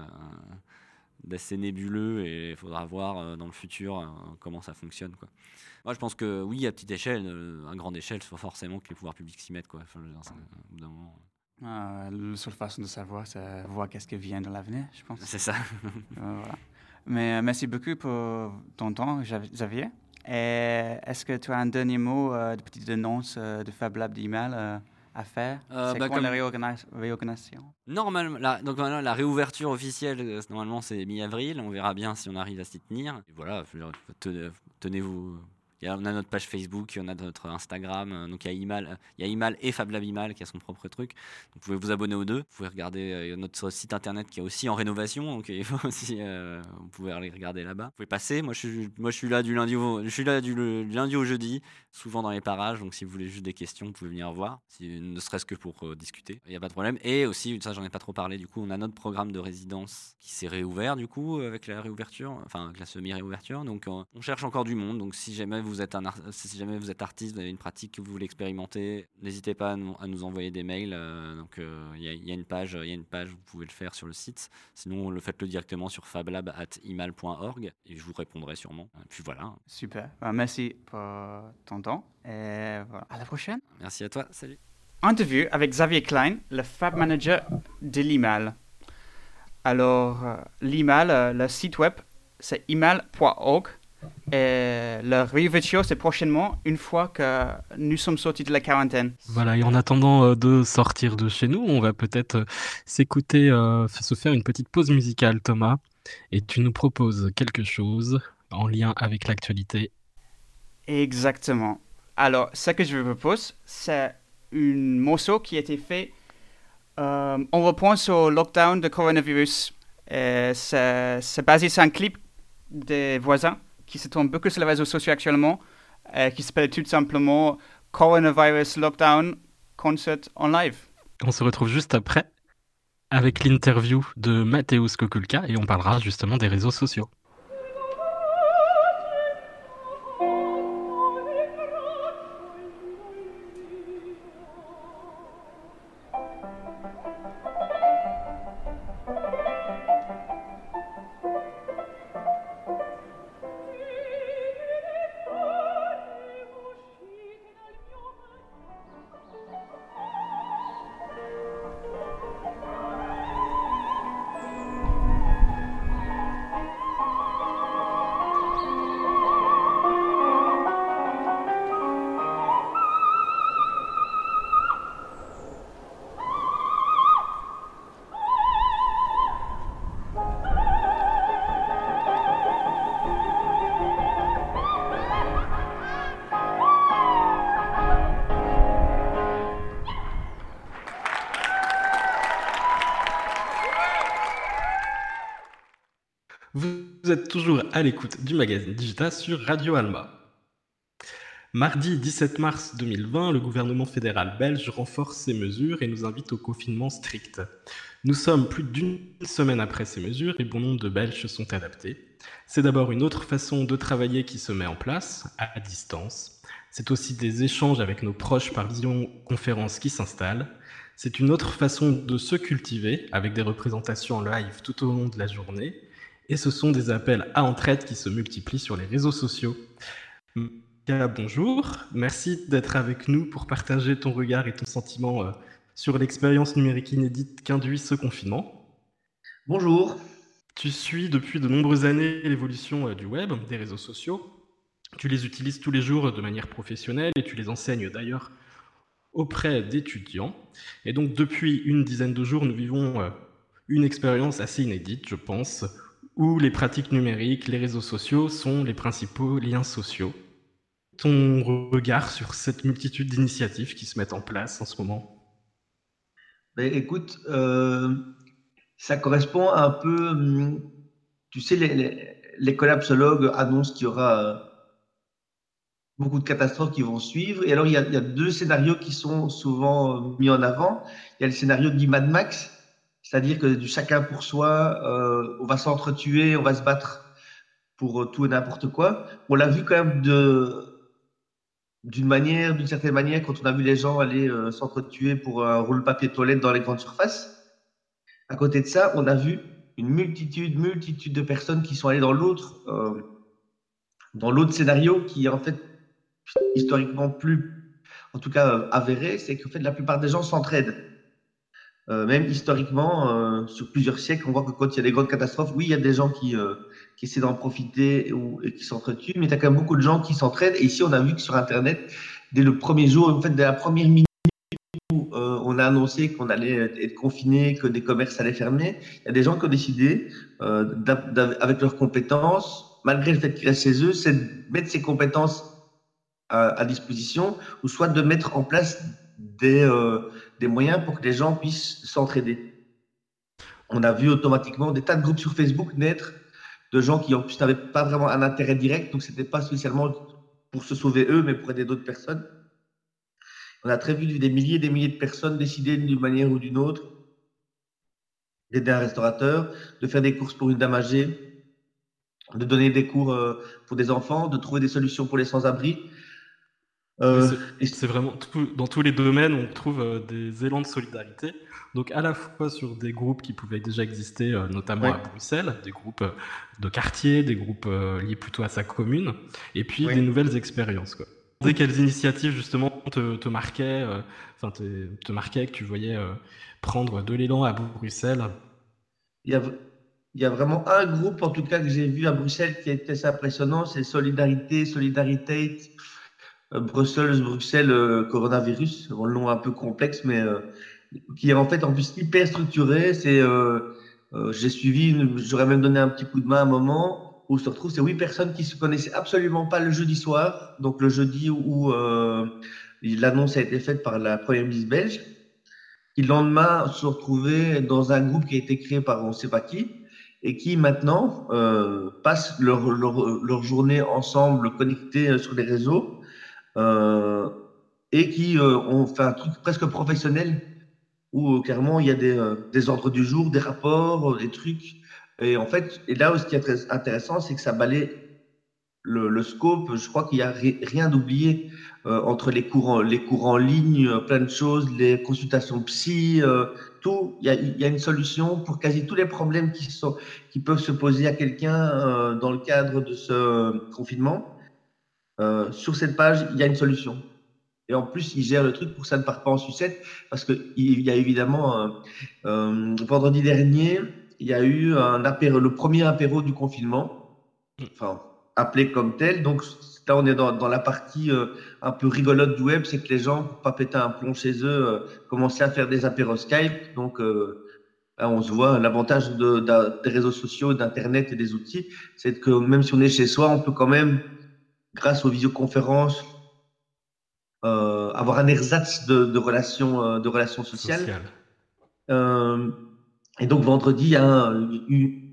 S5: nébuleux, et il faudra voir dans le futur comment ça fonctionne, quoi. Moi, je pense que oui, à petite échelle, à grande échelle, il faut forcément que les pouvoirs publics s'y mettent, quoi. Enfin, au bout d'un moment.
S3: La seule façon de savoir, c'est voir qu'est-ce qui vient dans l'avenir, je pense.
S5: C'est ça.
S3: Voilà. Mais merci beaucoup pour ton temps, Xavier. Et est-ce que tu as un dernier mot de petite annonce de Fab Lab d'email à faire? C'est quoi la réorganisation?
S5: Normalement, la réouverture officielle, normalement, c'est mi-avril. On verra bien si on arrive à s'y tenir. Et voilà, tenez-vous. On a notre page Facebook, on a notre Instagram. Donc il y a Imal et Fab Lab Imal qui a son propre truc. Donc, vous pouvez vous abonner aux deux. Vous pouvez regarder notre site internet qui est aussi en rénovation. Donc il faut aussi, vous pouvez aller regarder là-bas. Vous pouvez passer. Moi je suis là du lundi du lundi au jeudi, souvent dans les parages. Donc si vous voulez juste des questions, vous pouvez venir voir, ne serait-ce que pour discuter. Il n'y a pas de problème. Et aussi, ça j'en ai pas trop parlé. Du coup, on a notre programme de résidence qui s'est réouvert du coup avec la réouverture, enfin avec la semi-réouverture. Donc on cherche encore du monde. Donc si jamais vous êtes artiste, vous avez une pratique que vous voulez expérimenter, n'hésitez pas à nous envoyer des mails. Donc il y a une page, vous pouvez le faire sur le site. Sinon, faites-le directement sur fablab@imal.org et je vous répondrai sûrement. Et puis voilà.
S3: Super. Merci pour ton temps et voilà. À la prochaine.
S5: Merci à toi. Salut.
S3: Interview avec Xavier Klein, le Fab Manager de l'Imal. Alors, l'Imal, le site web, c'est imal.org. Et la réouverture, c'est prochainement, une fois que nous sommes sortis de la quarantaine.
S2: Voilà, et en attendant de sortir de chez nous, on va peut-être se faire une petite pause musicale, Thomas. Et tu nous proposes quelque chose en lien avec l'actualité.
S3: Exactement. Alors, ce que je vous propose, c'est un morceau qui a été fait en réponse au lockdown de coronavirus. C'est basé sur un clip des voisins qui se tourne beaucoup sur les réseaux sociaux actuellement, qui s'appelle tout simplement Coronavirus Lockdown Concert en live.
S2: On se retrouve juste après avec l'interview de Mateusz Kukulka et on parlera justement des réseaux sociaux. Vous êtes toujours à l'écoute du magazine Digital sur Radio Alma. Mardi 17 mars 2020, le gouvernement fédéral belge renforce ses mesures et nous invite au confinement strict. Nous sommes plus d'une semaine après ces mesures et bon nombre de Belges se sont adaptés. C'est d'abord une autre façon de travailler qui se met en place, à distance. C'est aussi des échanges avec nos proches par visioconférence qui s'installent. C'est une autre façon de se cultiver, avec des représentations en live tout au long de la journée. Et ce sont des appels à entraide qui se multiplient sur les réseaux sociaux. Mika, bonjour, merci d'être avec nous pour partager ton regard et ton sentiment sur l'expérience numérique inédite qu'induit ce confinement.
S6: Bonjour.
S2: Tu suis depuis de nombreuses années l'évolution du web, des réseaux sociaux. Tu les utilises tous les jours de manière professionnelle et tu les enseignes d'ailleurs auprès d'étudiants. Et donc depuis une dizaine de jours, nous vivons une expérience assez inédite, je pense, où les pratiques numériques, les réseaux sociaux sont les principaux liens sociaux. Ton regard sur cette multitude d'initiatives qui se mettent en place en ce moment?
S6: Écoute, ça correspond un peu, tu sais, les collapsologues annoncent qu'il y aura beaucoup de catastrophes qui vont suivre. Et alors, il y a deux scénarios qui sont souvent mis en avant. Il y a le scénario du Mad Max, c'est-à-dire que du chacun pour soi, on va s'entretuer, on va se battre pour tout et n'importe quoi. On l'a vu quand même d'une certaine manière, quand on a vu les gens aller s'entretuer pour un rouleau-papier toilette dans les grandes surfaces. À côté de ça, on a vu une multitude de personnes qui sont allées dans l'autre scénario qui est en fait historiquement plus, en tout cas avéré, c'est qu'en fait la plupart des gens s'entraident. Même historiquement, sur plusieurs siècles, on voit que quand il y a des grandes catastrophes, oui, il y a des gens qui essaient d'en profiter et qui s'entretuent, mais il y a quand même beaucoup de gens qui s'entraident. Et ici, on a vu que sur Internet, dès le premier jour, en fait, dès la première minute où on a annoncé qu'on allait être confiné, que des commerces allaient fermer, il y a des gens qui ont décidé, avec leurs compétences, malgré le fait qu'ils restent chez eux, c'est de mettre ces compétences à disposition, ou soit de mettre en place des moyens pour que les gens puissent s'entraider. On a vu automatiquement des tas de groupes sur Facebook naître de gens qui en plus n'avaient pas vraiment un intérêt direct, donc c'était pas spécialement pour se sauver eux, mais pour aider d'autres personnes. On a très vu des milliers et des milliers de personnes décider d'une manière ou d'une autre d'aider un restaurateur, de faire des courses pour une dame âgée, de donner des cours pour des enfants, de trouver des solutions pour les sans-abri.
S2: C'est vraiment dans tous les domaines, on trouve des élans de solidarité. Donc à la fois sur des groupes qui pouvaient déjà exister, notamment à Bruxelles, des groupes de quartier, des groupes liés plutôt à sa commune, et puis des nouvelles expériences, quoi. Quelles initiatives justement te marquaient, te marquaient, que tu voyais prendre de l'élan à Bruxelles?
S6: Il y a vraiment un groupe, en tout cas, que j'ai vu à Bruxelles qui était assez impressionnant, c'est Solidarité, Bruxelles, coronavirus, bon, le nom un peu complexe, mais qui est en fait en plus hyper structuré. J'ai suivi, j'aurais même donné un petit coup de main à un moment où se retrouve, c'est 8 personnes qui se connaissaient absolument pas le jeudi soir, donc le jeudi où l'annonce a été faite par la première ministre belge, qui le lendemain se retrouvaient dans un groupe qui a été créé par on ne sait pas qui, et qui maintenant passent leur journée ensemble connectés sur les réseaux, et qui ont fait un truc presque professionnel où carrément il y a des ordres du jour, des rapports, des trucs. Et en fait, et là, ce qui est très intéressant, c'est que ça balaie le scope. Je crois qu'il n'y a rien d'oublié entre les cours en ligne, plein de choses, les consultations psy, tout. Il y a une solution pour quasi tous les problèmes qui peuvent se poser à quelqu'un dans le cadre de ce confinement. Sur cette page, il y a une solution. Et en plus, ils gèrent le truc pour que ça ne parte pas en sucette, parce qu'il y a évidemment, vendredi dernier, il y a eu le premier apéro du confinement, enfin, appelé comme tel. Donc là, on est dans la partie un peu rigolote du web, c'est que les gens, pour pas péter un plomb chez eux, commençaient à faire des apéros Skype. Donc là, on se voit, l'avantage des réseaux sociaux, d'Internet et des outils, c'est que même si on est chez soi, on peut quand même, grâce aux visioconférences, avoir un ersatz de relations sociales. Et donc vendredi, il y a eu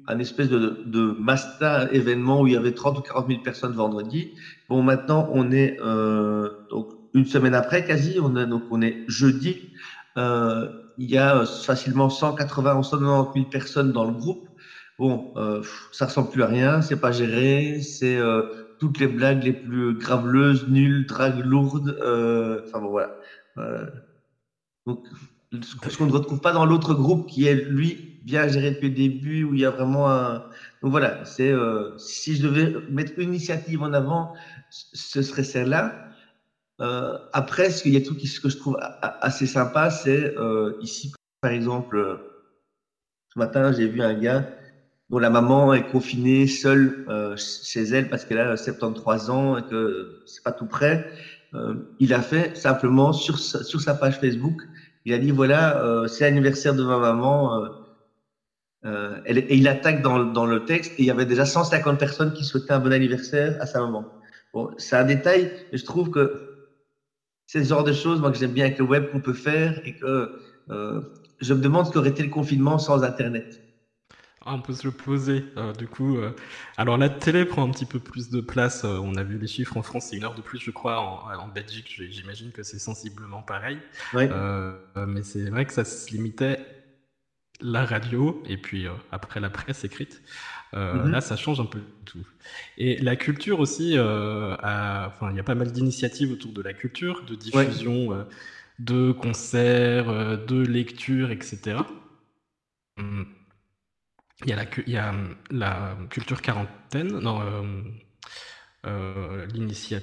S6: un espèce de master événement où il y avait 30 ou 40 000 personnes vendredi. Bon, maintenant, on est donc une semaine après, quasi, on est jeudi. Il y a facilement 180 ou 190 000 personnes dans le groupe. Bon, ça ressemble plus à rien, c'est pas géré, c'est toutes les blagues les plus graveleuses, nulles, dragues lourdes. Enfin bon, voilà. Donc, ce qu'on ne retrouve pas dans l'autre groupe qui est, lui, bien géré depuis le début, où il y a vraiment un... Donc voilà, si je devais mettre une initiative en avant, ce serait celle-là. Après, ce que je trouve assez sympa, c'est ici, par exemple, ce matin, j'ai vu un gars dont la maman est confinée seule chez elle parce qu'elle a 73 ans et que c'est pas tout près. Il a fait simplement sur sa page Facebook, il a dit voilà, c'est l'anniversaire de ma maman. Et il attaque dans le texte et il y avait déjà 150 personnes qui souhaitaient un bon anniversaire à sa maman. Bon, c'est un détail, mais je trouve que c'est ce genre de choses moi que j'aime bien avec le web qu'on peut faire et que je me demande ce qu'aurait été le confinement sans Internet.
S2: Ah, on peut se le poser. Du coup, alors la télé prend un petit peu plus de place. On a vu les chiffres en France, c'est 1 heure de plus, je crois. En Belgique, j'imagine que c'est sensiblement pareil.
S6: Ouais.
S2: Mais c'est vrai que ça se limitait la radio et puis après la presse écrite. Là, ça change un peu tout. Et la culture aussi, enfin, il y a pas mal d'initiatives autour de la culture, de diffusion de concerts, de lectures, etc. Hum. Il y a la culture quarantaine, non, l'initiative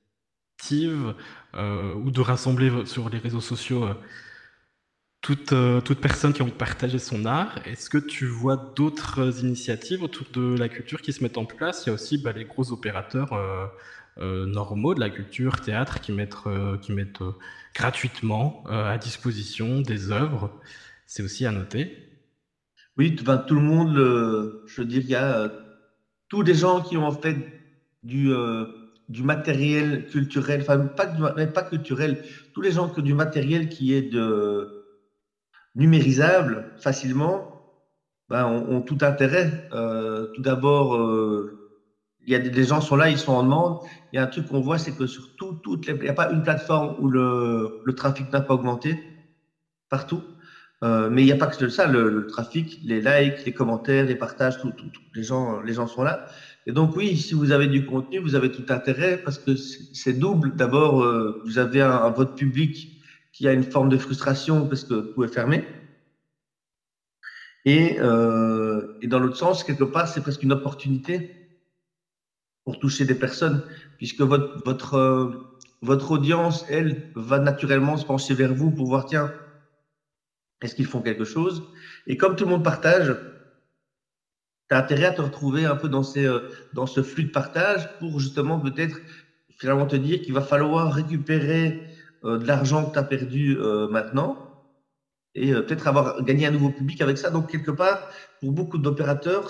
S2: ou de rassembler sur les réseaux sociaux toute personne qui a envie de partager son art. Est-ce que tu vois d'autres initiatives autour de la culture qui se mettent en place? Il y a aussi les gros opérateurs normaux de la culture, théâtre, qui mettent gratuitement à disposition des œuvres. C'est aussi à noter.
S6: Oui, tout le monde, je veux dire, il y a tous les gens qui ont en fait du matériel culturel, enfin pas culturel, tous les gens qui ont du matériel qui est numérisable facilement, ben, ont tout intérêt. Tout d'abord, il y a des gens sont là, ils sont en demande. Il y a un truc qu'on voit, c'est que sur il n'y a pas une plateforme où le trafic n'a pas augmenté partout. Mais il n'y a pas que ça, le trafic, les likes, les commentaires, les partages, les gens sont là. Et donc oui, si vous avez du contenu, vous avez tout intérêt parce que c'est double. D'abord, vous avez un vote public qui a une forme de frustration parce que tout est fermé. Et dans l'autre sens, quelque part, c'est presque une opportunité pour toucher des personnes, puisque votre audience, elle, va naturellement se pencher vers vous pour voir, tiens, est-ce qu'ils font quelque chose? Et comme tout le monde partage, tu as intérêt à te retrouver un peu dans ce flux de partage pour justement peut-être finalement te dire qu'il va falloir récupérer de l'argent que tu as perdu maintenant et peut-être avoir gagné un nouveau public avec ça. Donc, quelque part, pour beaucoup d'opérateurs,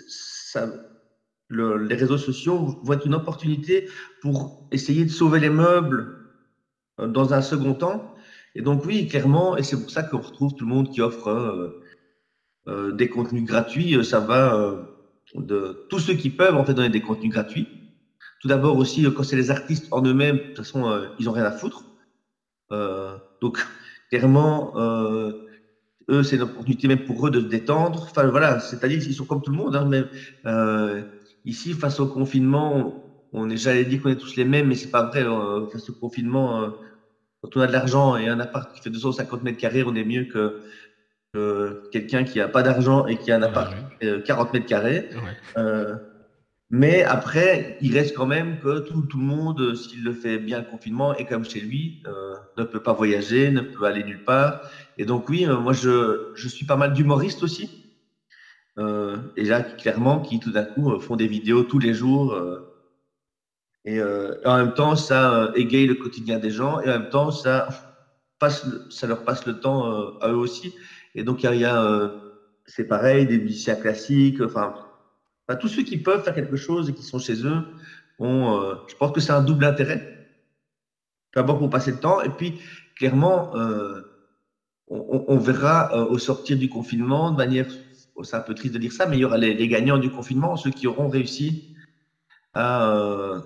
S6: les réseaux sociaux vont être une opportunité pour essayer de sauver les meubles dans un second temps. Et donc, oui, clairement, et c'est pour ça qu'on retrouve tout le monde qui offre des contenus gratuits. Ça va de tous ceux qui peuvent en fait donner des contenus gratuits. Tout d'abord aussi, quand c'est les artistes en eux-mêmes, de toute façon, ils ont rien à foutre. Donc, clairement, eux, c'est une opportunité même pour eux de se détendre. Enfin, voilà, c'est-à-dire qu'ils sont comme tout le monde. Hein, mais ici, face au confinement, j'allais dire qu'on est tous les mêmes, mais c'est pas vrai. Face au confinement, quand on a de l'argent et un appart qui fait 250 mètres carrés, on est mieux que quelqu'un qui a pas d'argent et qui a un appart qui fait 40 mètres carrés. Mais après, il reste quand même que tout le monde, s'il le fait bien le confinement, est comme chez lui, ne peut pas voyager, ne peut aller nulle part. Et donc oui, moi je suis pas mal d'humoristes aussi. Et là, clairement, qui tout d'un coup font des vidéos tous les jours. Et en même temps, ça égaye le quotidien des gens. Et en même temps, ça leur passe le temps à eux aussi. Et donc c'est pareil, des musiciens classiques, enfin, tous ceux qui peuvent faire quelque chose et qui sont chez eux je pense que c'est un double intérêt. D'abord pour passer le temps, et puis clairement, on verra au sortir du confinement de manière c'est un peu triste de dire ça, mais il y aura les gagnants du confinement, ceux qui auront réussi à,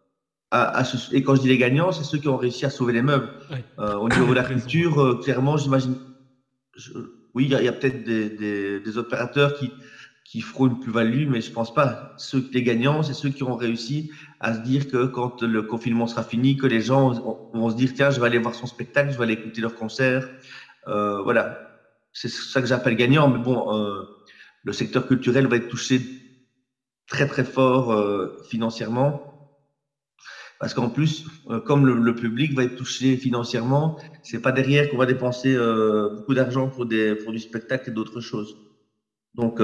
S6: et quand je dis les gagnants, c'est ceux qui ont réussi à sauver les meubles.
S2: Ouais.
S6: Au niveau de la
S2: Raison.
S6: culture, clairement, j'imagine, oui, il y a peut-être des opérateurs qui feront une plus-value, mais je pense pas. Les gagnants, c'est ceux qui ont réussi à se dire que quand le confinement sera fini, que les gens vont se dire, tiens, je vais aller voir son spectacle, je vais aller écouter leur concert. Voilà. C'est ça que j'appelle gagnant, mais bon, le secteur culturel va être touché très très fort financièrement. Parce qu'en plus, comme le public va être touché financièrement, c'est pas derrière qu'on va dépenser beaucoup d'argent pour du spectacle et d'autres choses. Donc,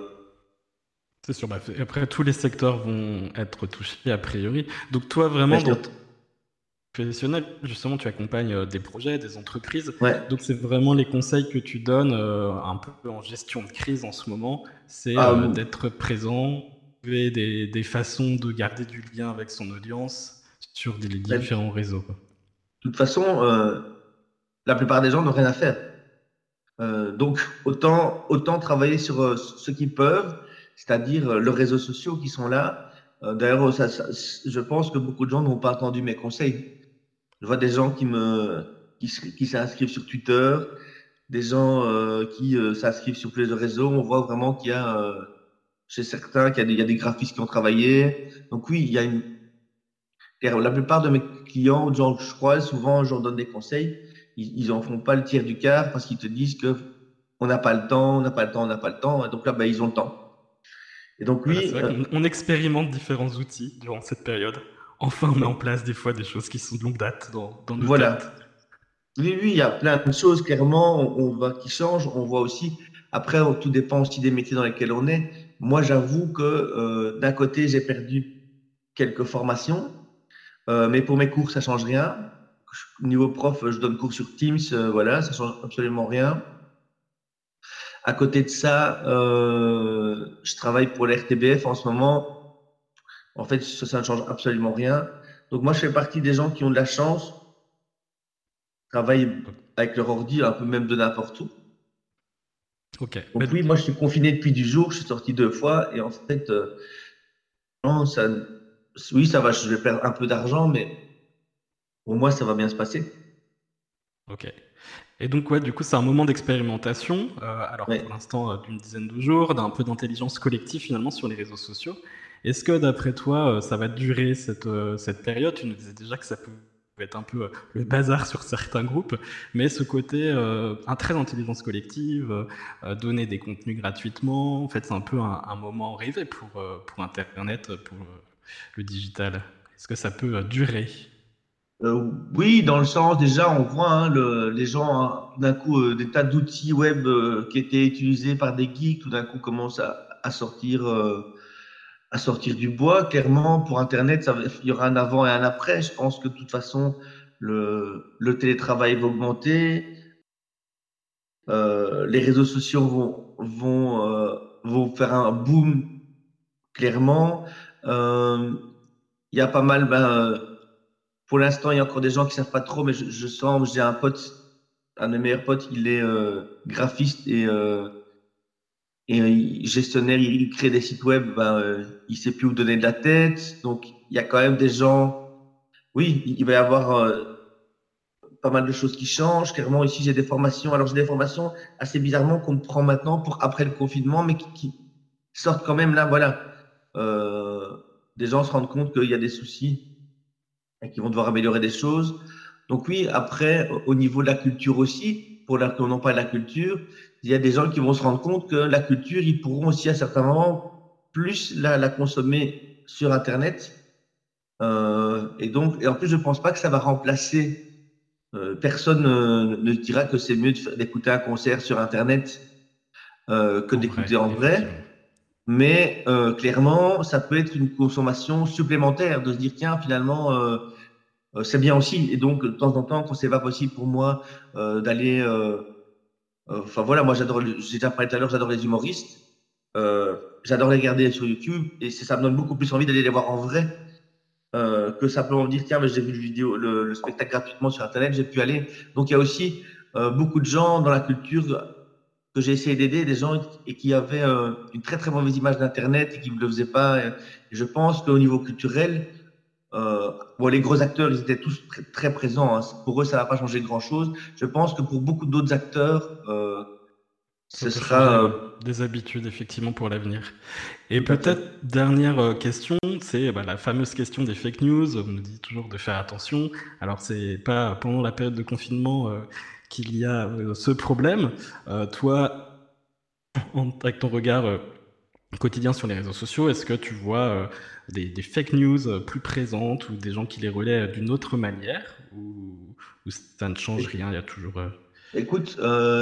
S2: C'est sûr. Bah, après, tous les secteurs vont être touchés a priori. Donc toi, vraiment, dans ton professionnel, justement, tu accompagnes des projets, des entreprises.
S6: ouais.
S2: Donc c'est vraiment les conseils que tu donnes un peu en gestion de crise en ce moment. C'est d'être présent, trouver des façons de garder du lien avec son audience sur les différents réseaux, quoi.
S6: De toute façon, la plupart des gens n'ont rien à faire. Donc, autant travailler sur ce qu'ils peuvent, c'est-à-dire leurs réseaux sociaux qui sont là. D'ailleurs, je pense que beaucoup de gens n'ont pas entendu mes conseils. Je vois des gens qui s'inscrivent sur Twitter, des gens qui s'inscrivent sur plusieurs réseaux. On voit vraiment qu'il y a chez certains qu'il y a des graphistes qui ont travaillé. Donc oui, il y a la plupart de mes clients, gens que je croise, souvent je leur donne des conseils. Ils en font pas le tiers du quart parce qu'ils te disent que on n'a pas le temps, on n'a pas le temps, on n'a pas le temps. Et donc là, ils ont le temps. Et donc
S2: Voilà,
S6: oui,
S2: c'est vrai qu'on expérimente différents outils durant cette période. Enfin, on met en place des fois des choses qui sont de longue date dans nos
S6: voilà.
S2: têtes.
S6: Oui, il y a plein de choses clairement on voit qui changent. On voit aussi. Après, tout dépend aussi des métiers dans lesquels on est. Moi, j'avoue que d'un côté, j'ai perdu quelques formations, mais pour mes cours, ça change rien. Niveau prof, je donne cours sur Teams, voilà, ça change absolument rien. À côté de ça, je travaille pour l'RTBF en ce moment. En fait, ça ne change absolument rien. Donc moi, je fais partie des gens qui ont de la chance, travaillent avec leur ordi un peu même de n'importe où.
S2: Ok.
S6: Donc oui, moi, je suis confiné depuis 10 jours, je suis sorti 2 fois et en fait, non, oui, ça va, je vais perdre un peu d'argent, mais pour moi, ça va bien se passer.
S2: Ok. Et donc, ouais, du coup, c'est un moment d'expérimentation, alors
S6: Ouais.
S2: pour l'instant d'une dizaine de jours, d'un peu d'intelligence collective finalement sur les réseaux sociaux. Est-ce que d'après toi, ça va durer cette période? Tu nous disais déjà que ça peut être un peu le bazar sur certains groupes, mais ce côté très intelligence collective, donner des contenus gratuitement, en fait, c'est un peu un moment rêvé pour Internet, pour le digital. Est-ce que ça peut durer?
S6: Oui, dans le sens, déjà, on voit les gens, d'un coup, des tas d'outils web qui étaient utilisés par des geeks, tout d'un coup, commencent à sortir du bois. Clairement, pour Internet, il y aura un avant et un après. Je pense que de toute façon, le télétravail va augmenter. Les réseaux sociaux vont faire un boom, clairement. Il y a pas mal, pour l'instant, il y a encore des gens qui savent pas trop, mais je sens, j'ai un de mes meilleurs potes, il est graphiste et gestionnaire, il crée des sites web, il sait plus où donner de la tête. Donc, il y a quand même des gens, oui, il va y avoir pas mal de choses qui changent. Clairement, ici, j'ai des formations. Alors, j'ai des formations assez bizarrement qu'on me prend maintenant pour après le confinement, mais qui sortent quand même là, voilà. Des gens se rendent compte qu'il y a des soucis et qu'ils vont devoir améliorer des choses. Donc oui, après, au niveau de la culture aussi, qu'on en parle de la culture, il y a des gens qui vont se rendre compte que la culture, ils pourront aussi à certains moments plus la consommer sur Internet. Et en plus, je pense pas que ça va remplacer. Personne ne dira que c'est mieux d'écouter un concert sur Internet que d'écouter en vrai. Mais clairement, ça peut être une consommation supplémentaire de se dire, tiens, finalement, c'est bien aussi. Et donc, de temps en temps, quand c'est pas possible pour moi d'aller... Enfin voilà, moi, j'ai déjà parlé tout à l'heure, j'adore les humoristes. J'adore les regarder sur YouTube. Et ça me donne beaucoup plus envie d'aller les voir en vrai que simplement dire, tiens, mais j'ai vu le spectacle gratuitement sur Internet, j'ai pu aller. Donc, il y a aussi beaucoup de gens dans la culture que j'ai essayé d'aider des gens et qui avaient une très très mauvaise image d'Internet et qui ne le faisaient pas. Et je pense qu'au niveau culturel, bon, les gros acteurs, ils étaient tous très, très présents, hein. Pour eux, ça va pas changer grand-chose. Je pense que pour beaucoup d'autres acteurs,
S2: Ça
S6: ce
S2: peut
S6: sera
S2: changer des habitudes, effectivement, pour l'avenir. Et
S6: tout à fait.
S2: peut-être, dernière question, c'est la fameuse question des fake news. On nous dit toujours de faire attention. Alors, c'est pas pendant la période de confinement qu'il y a ce problème. Toi, avec ton regard quotidien sur les réseaux sociaux, est-ce que tu vois des fake news plus présentes ou des gens qui les relaient d'une autre manière ou ça ne change rien, il y a toujours...
S6: Écoute,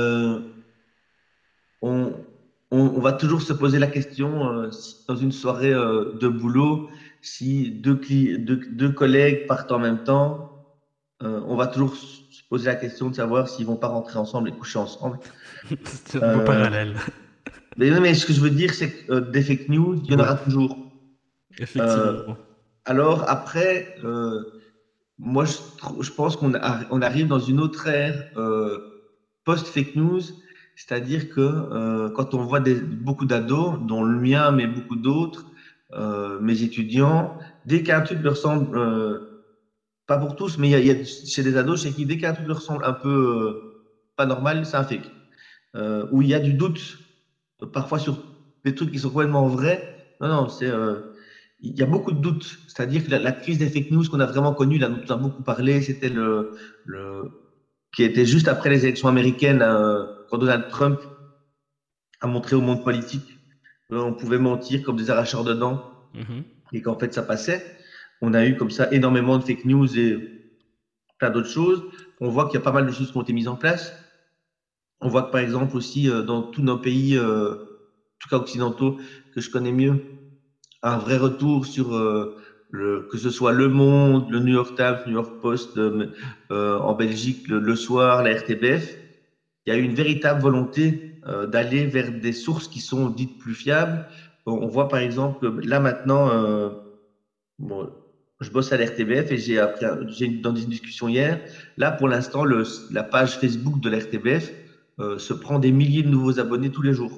S6: on, on va toujours se poser la question dans une soirée de boulot, si deux collègues partent en même temps, on va toujours se poser la question de savoir s'ils vont pas rentrer ensemble et coucher ensemble.
S2: C'est un beau
S6: Euh,
S2: parallèle,
S6: mais ce que je veux dire, c'est que des fake news, il y en
S2: ouais,
S6: aura toujours. Euh,
S2: effectivement.
S6: alors après, moi, je pense on arrive dans une autre ère post-fake news, c'est-à-dire que quand on voit beaucoup d'ados, dont le mien, mais beaucoup d'autres, mes étudiants, dès qu'un truc leur semble, pas pour tous, mais il y a chez des ados, chez qui dès qu'un truc leur semble un peu pas normal, c'est un fake. Où il y a du doute, parfois sur des trucs qui sont complètement vrais. Non, non, il y a beaucoup de doutes. C'est-à-dire que la crise des fake news qu'on a vraiment connue, là, dont on a beaucoup parlé, c'était le, qui était juste après les élections américaines, quand Donald Trump a montré au monde politique qu'on pouvait mentir comme des arracheurs de dents
S2: Mhm.
S6: et qu'en fait ça passait. On a eu comme ça énormément de fake news et plein d'autres choses. On voit qu'il y a pas mal de choses qui ont été mises en place. On voit que par exemple aussi dans tous nos pays, en tout cas occidentaux, que je connais mieux, un vrai retour sur que ce soit Le Monde, le New York Times, New York Post, en Belgique, le Soir, la RTBF. Il y a eu une véritable volonté d'aller vers des sources qui sont dites plus fiables. On voit par exemple, là maintenant, bon, je bosse à l'RTBF et j'ai dans une discussion hier, là pour l'instant, la page Facebook de l'RTBF se prend des milliers de nouveaux abonnés tous les jours.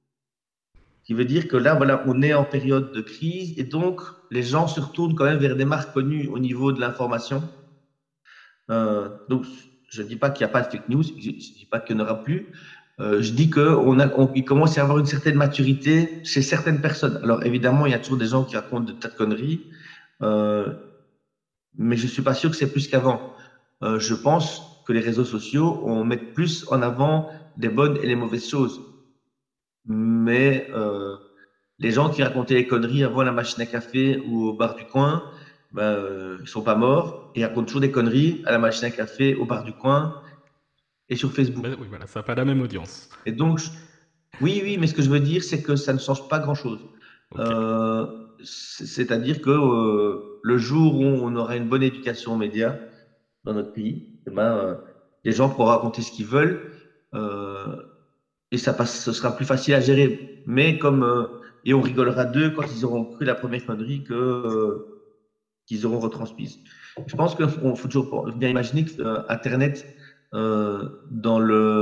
S6: Ce qui veut dire que là, voilà, on est en période de crise et donc les gens se retournent quand même vers des marques connues au niveau de l'information. Donc, je ne dis pas qu'il n'y a pas de fake news, je ne dis pas qu'il n'y en aura plus. Je dis qu'il commence à y avoir une certaine maturité chez certaines personnes. Alors, évidemment, il y a toujours des gens qui racontent de tas de conneries, euh, mais je ne suis pas sûr que c'est plus qu'avant. Je pense que les réseaux sociaux, on met plus en avant les bonnes et les mauvaises choses. Mais les gens qui racontaient les conneries avant la machine à café ou au bar du coin, ben, ils sont pas morts et racontent toujours des conneries à la machine à café, au bar du coin et sur Facebook.
S2: Oui, voilà, ça n'a pas la même audience.
S6: Et donc, oui, oui, mais ce que je veux dire, c'est que ça ne change pas grand-chose.
S2: Ok.
S6: C'est-à-dire que le jour où on aura une bonne éducation aux médias dans notre pays, eh ben, les gens pourront raconter ce qu'ils veulent euh, et ce sera plus facile à gérer. Mais et on rigolera d'eux quand ils auront cru la première connerie qu'ils auront retransmise. Je pense qu'il faut toujours bien imaginer que Internet, dans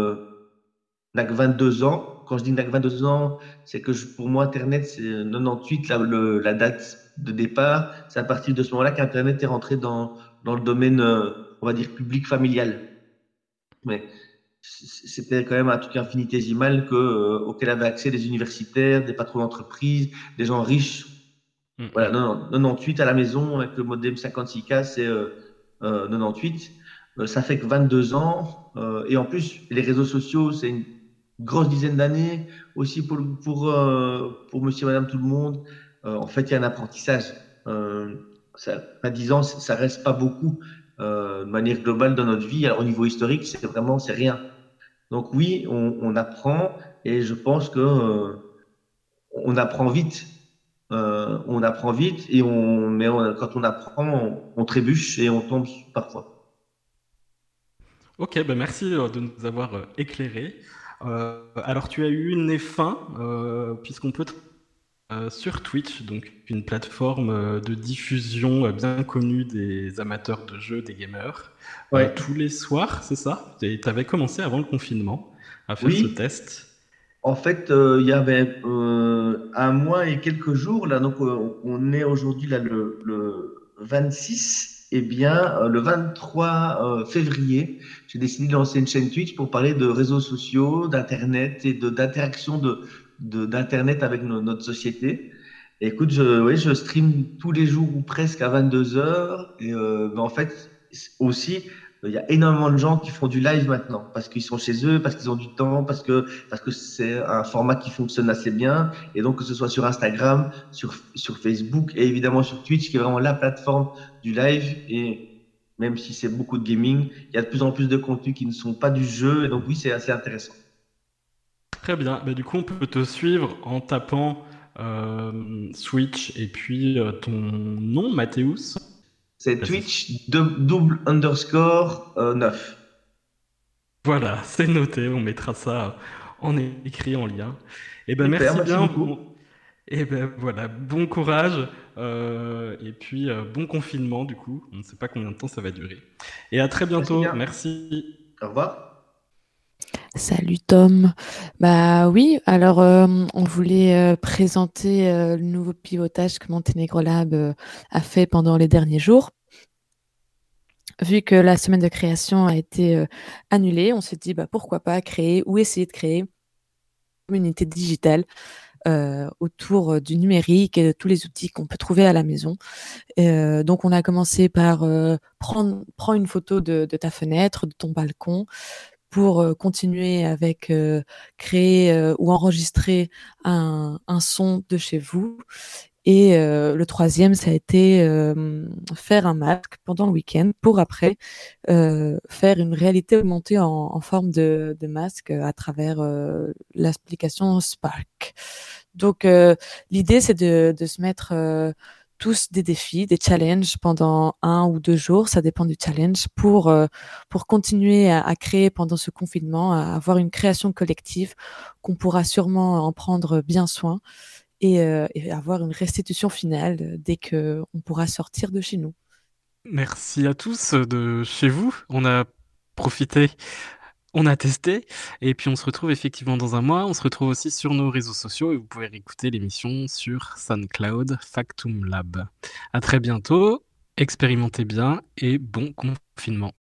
S6: n'a que 22 ans. Quand je dis n'a que 22 ans, c'est que pour moi, Internet, c'est 98, la date de départ. C'est à partir de ce moment-là qu'Internet est rentré dans le domaine, on va dire, public familial. Mais c'était quand même un truc infinitésimal auquel avaient accès des universitaires, des patrons d'entreprise, des gens riches. Voilà, 98 à la maison avec le modem 56K, c'est 98. Ça fait que 22 ans. Et en plus, les réseaux sociaux, c'est une grosse dizaine d'années aussi pour monsieur, madame, tout le monde. En fait, il y a un apprentissage. À 10 ans, ça reste pas beaucoup de manière globale dans notre vie. Alors, au niveau historique, c'est rien. Donc oui, on apprend et je pense que on apprend vite. On apprend vite et quand on apprend, on trébuche et on tombe parfois.
S2: Ok, ben merci de nous avoir éclairés. Alors, tu as eu une fin, puisqu'on peut sur Twitch, donc une plateforme de diffusion bien connue des amateurs de jeux, des gamers,
S6: Ouais.
S2: tous les soirs, c'est ça? Tu avais commencé avant le confinement à faire ce
S6: Oui,
S2: test.
S6: En fait, il y avait un mois et quelques jours, là, donc on est aujourd'hui là le 26, et bien le 23 février, j'ai décidé de lancer une chaîne Twitch pour parler de réseaux sociaux, d'Internet et d'interaction d'Internet avec notre société. Et écoute, oui, je stream tous les jours ou presque à 22 heures. Et ben, en fait, aussi, il y a énormément de gens qui font du live maintenant parce qu'ils sont chez eux, parce qu'ils ont du temps, parce que c'est un format qui fonctionne assez bien. Et donc, que ce soit sur Instagram, sur Facebook et évidemment sur Twitch, qui est vraiment la plateforme du live. Et même si c'est beaucoup de gaming, il y a de plus en plus de contenus qui ne sont pas du jeu. Et donc, oui, c'est assez intéressant.
S2: Très bien. Bah, du coup, on peut te suivre en tapant Switch et puis ton nom, Mathéus.
S6: C'est
S2: Vas-y.
S6: Twitch double underscore 9.
S2: Voilà, c'est noté. On mettra ça en écrit, en lien. Et ben
S6: Super,
S2: merci
S6: merci
S2: bien.
S6: beaucoup.
S2: Et ben voilà, bon courage. Et puis bon confinement, du coup. On ne sait pas combien de temps ça va durer. Et à très
S6: Merci
S2: bientôt.
S6: bien.
S2: Merci.
S6: Au revoir.
S4: Salut Tom. Bah oui, alors on voulait présenter le nouveau pilotage que Monténégro Lab a fait pendant les derniers jours. Vu que la semaine de création a été annulée, on s'est dit bah, pourquoi pas créer ou essayer de créer une communauté digitale autour du numérique et de tous les outils qu'on peut trouver à la maison. Donc on a commencé par prends une photo de ta fenêtre, de ton balcon, pour continuer avec créer ou enregistrer un son de chez vous. Et le troisième, ça a été faire un masque pendant le week-end pour après faire une réalité augmentée en forme de masque à travers l'application Spark. Donc l'idée, c'est de se mettre tous des défis, des challenges pendant 1 ou 2 jours, ça dépend du challenge, pour continuer à créer pendant ce confinement, à avoir une création collective qu'on pourra sûrement en prendre bien soin et avoir une restitution finale dès qu'on pourra sortir de chez nous.
S2: Merci à tous de chez vous. On a profité, on a testé. Et puis on se retrouve effectivement dans un mois. On se retrouve aussi sur nos réseaux sociaux et vous pouvez réécouter l'émission sur SoundCloud Factum Lab. À très bientôt. Expérimentez bien et bon confinement.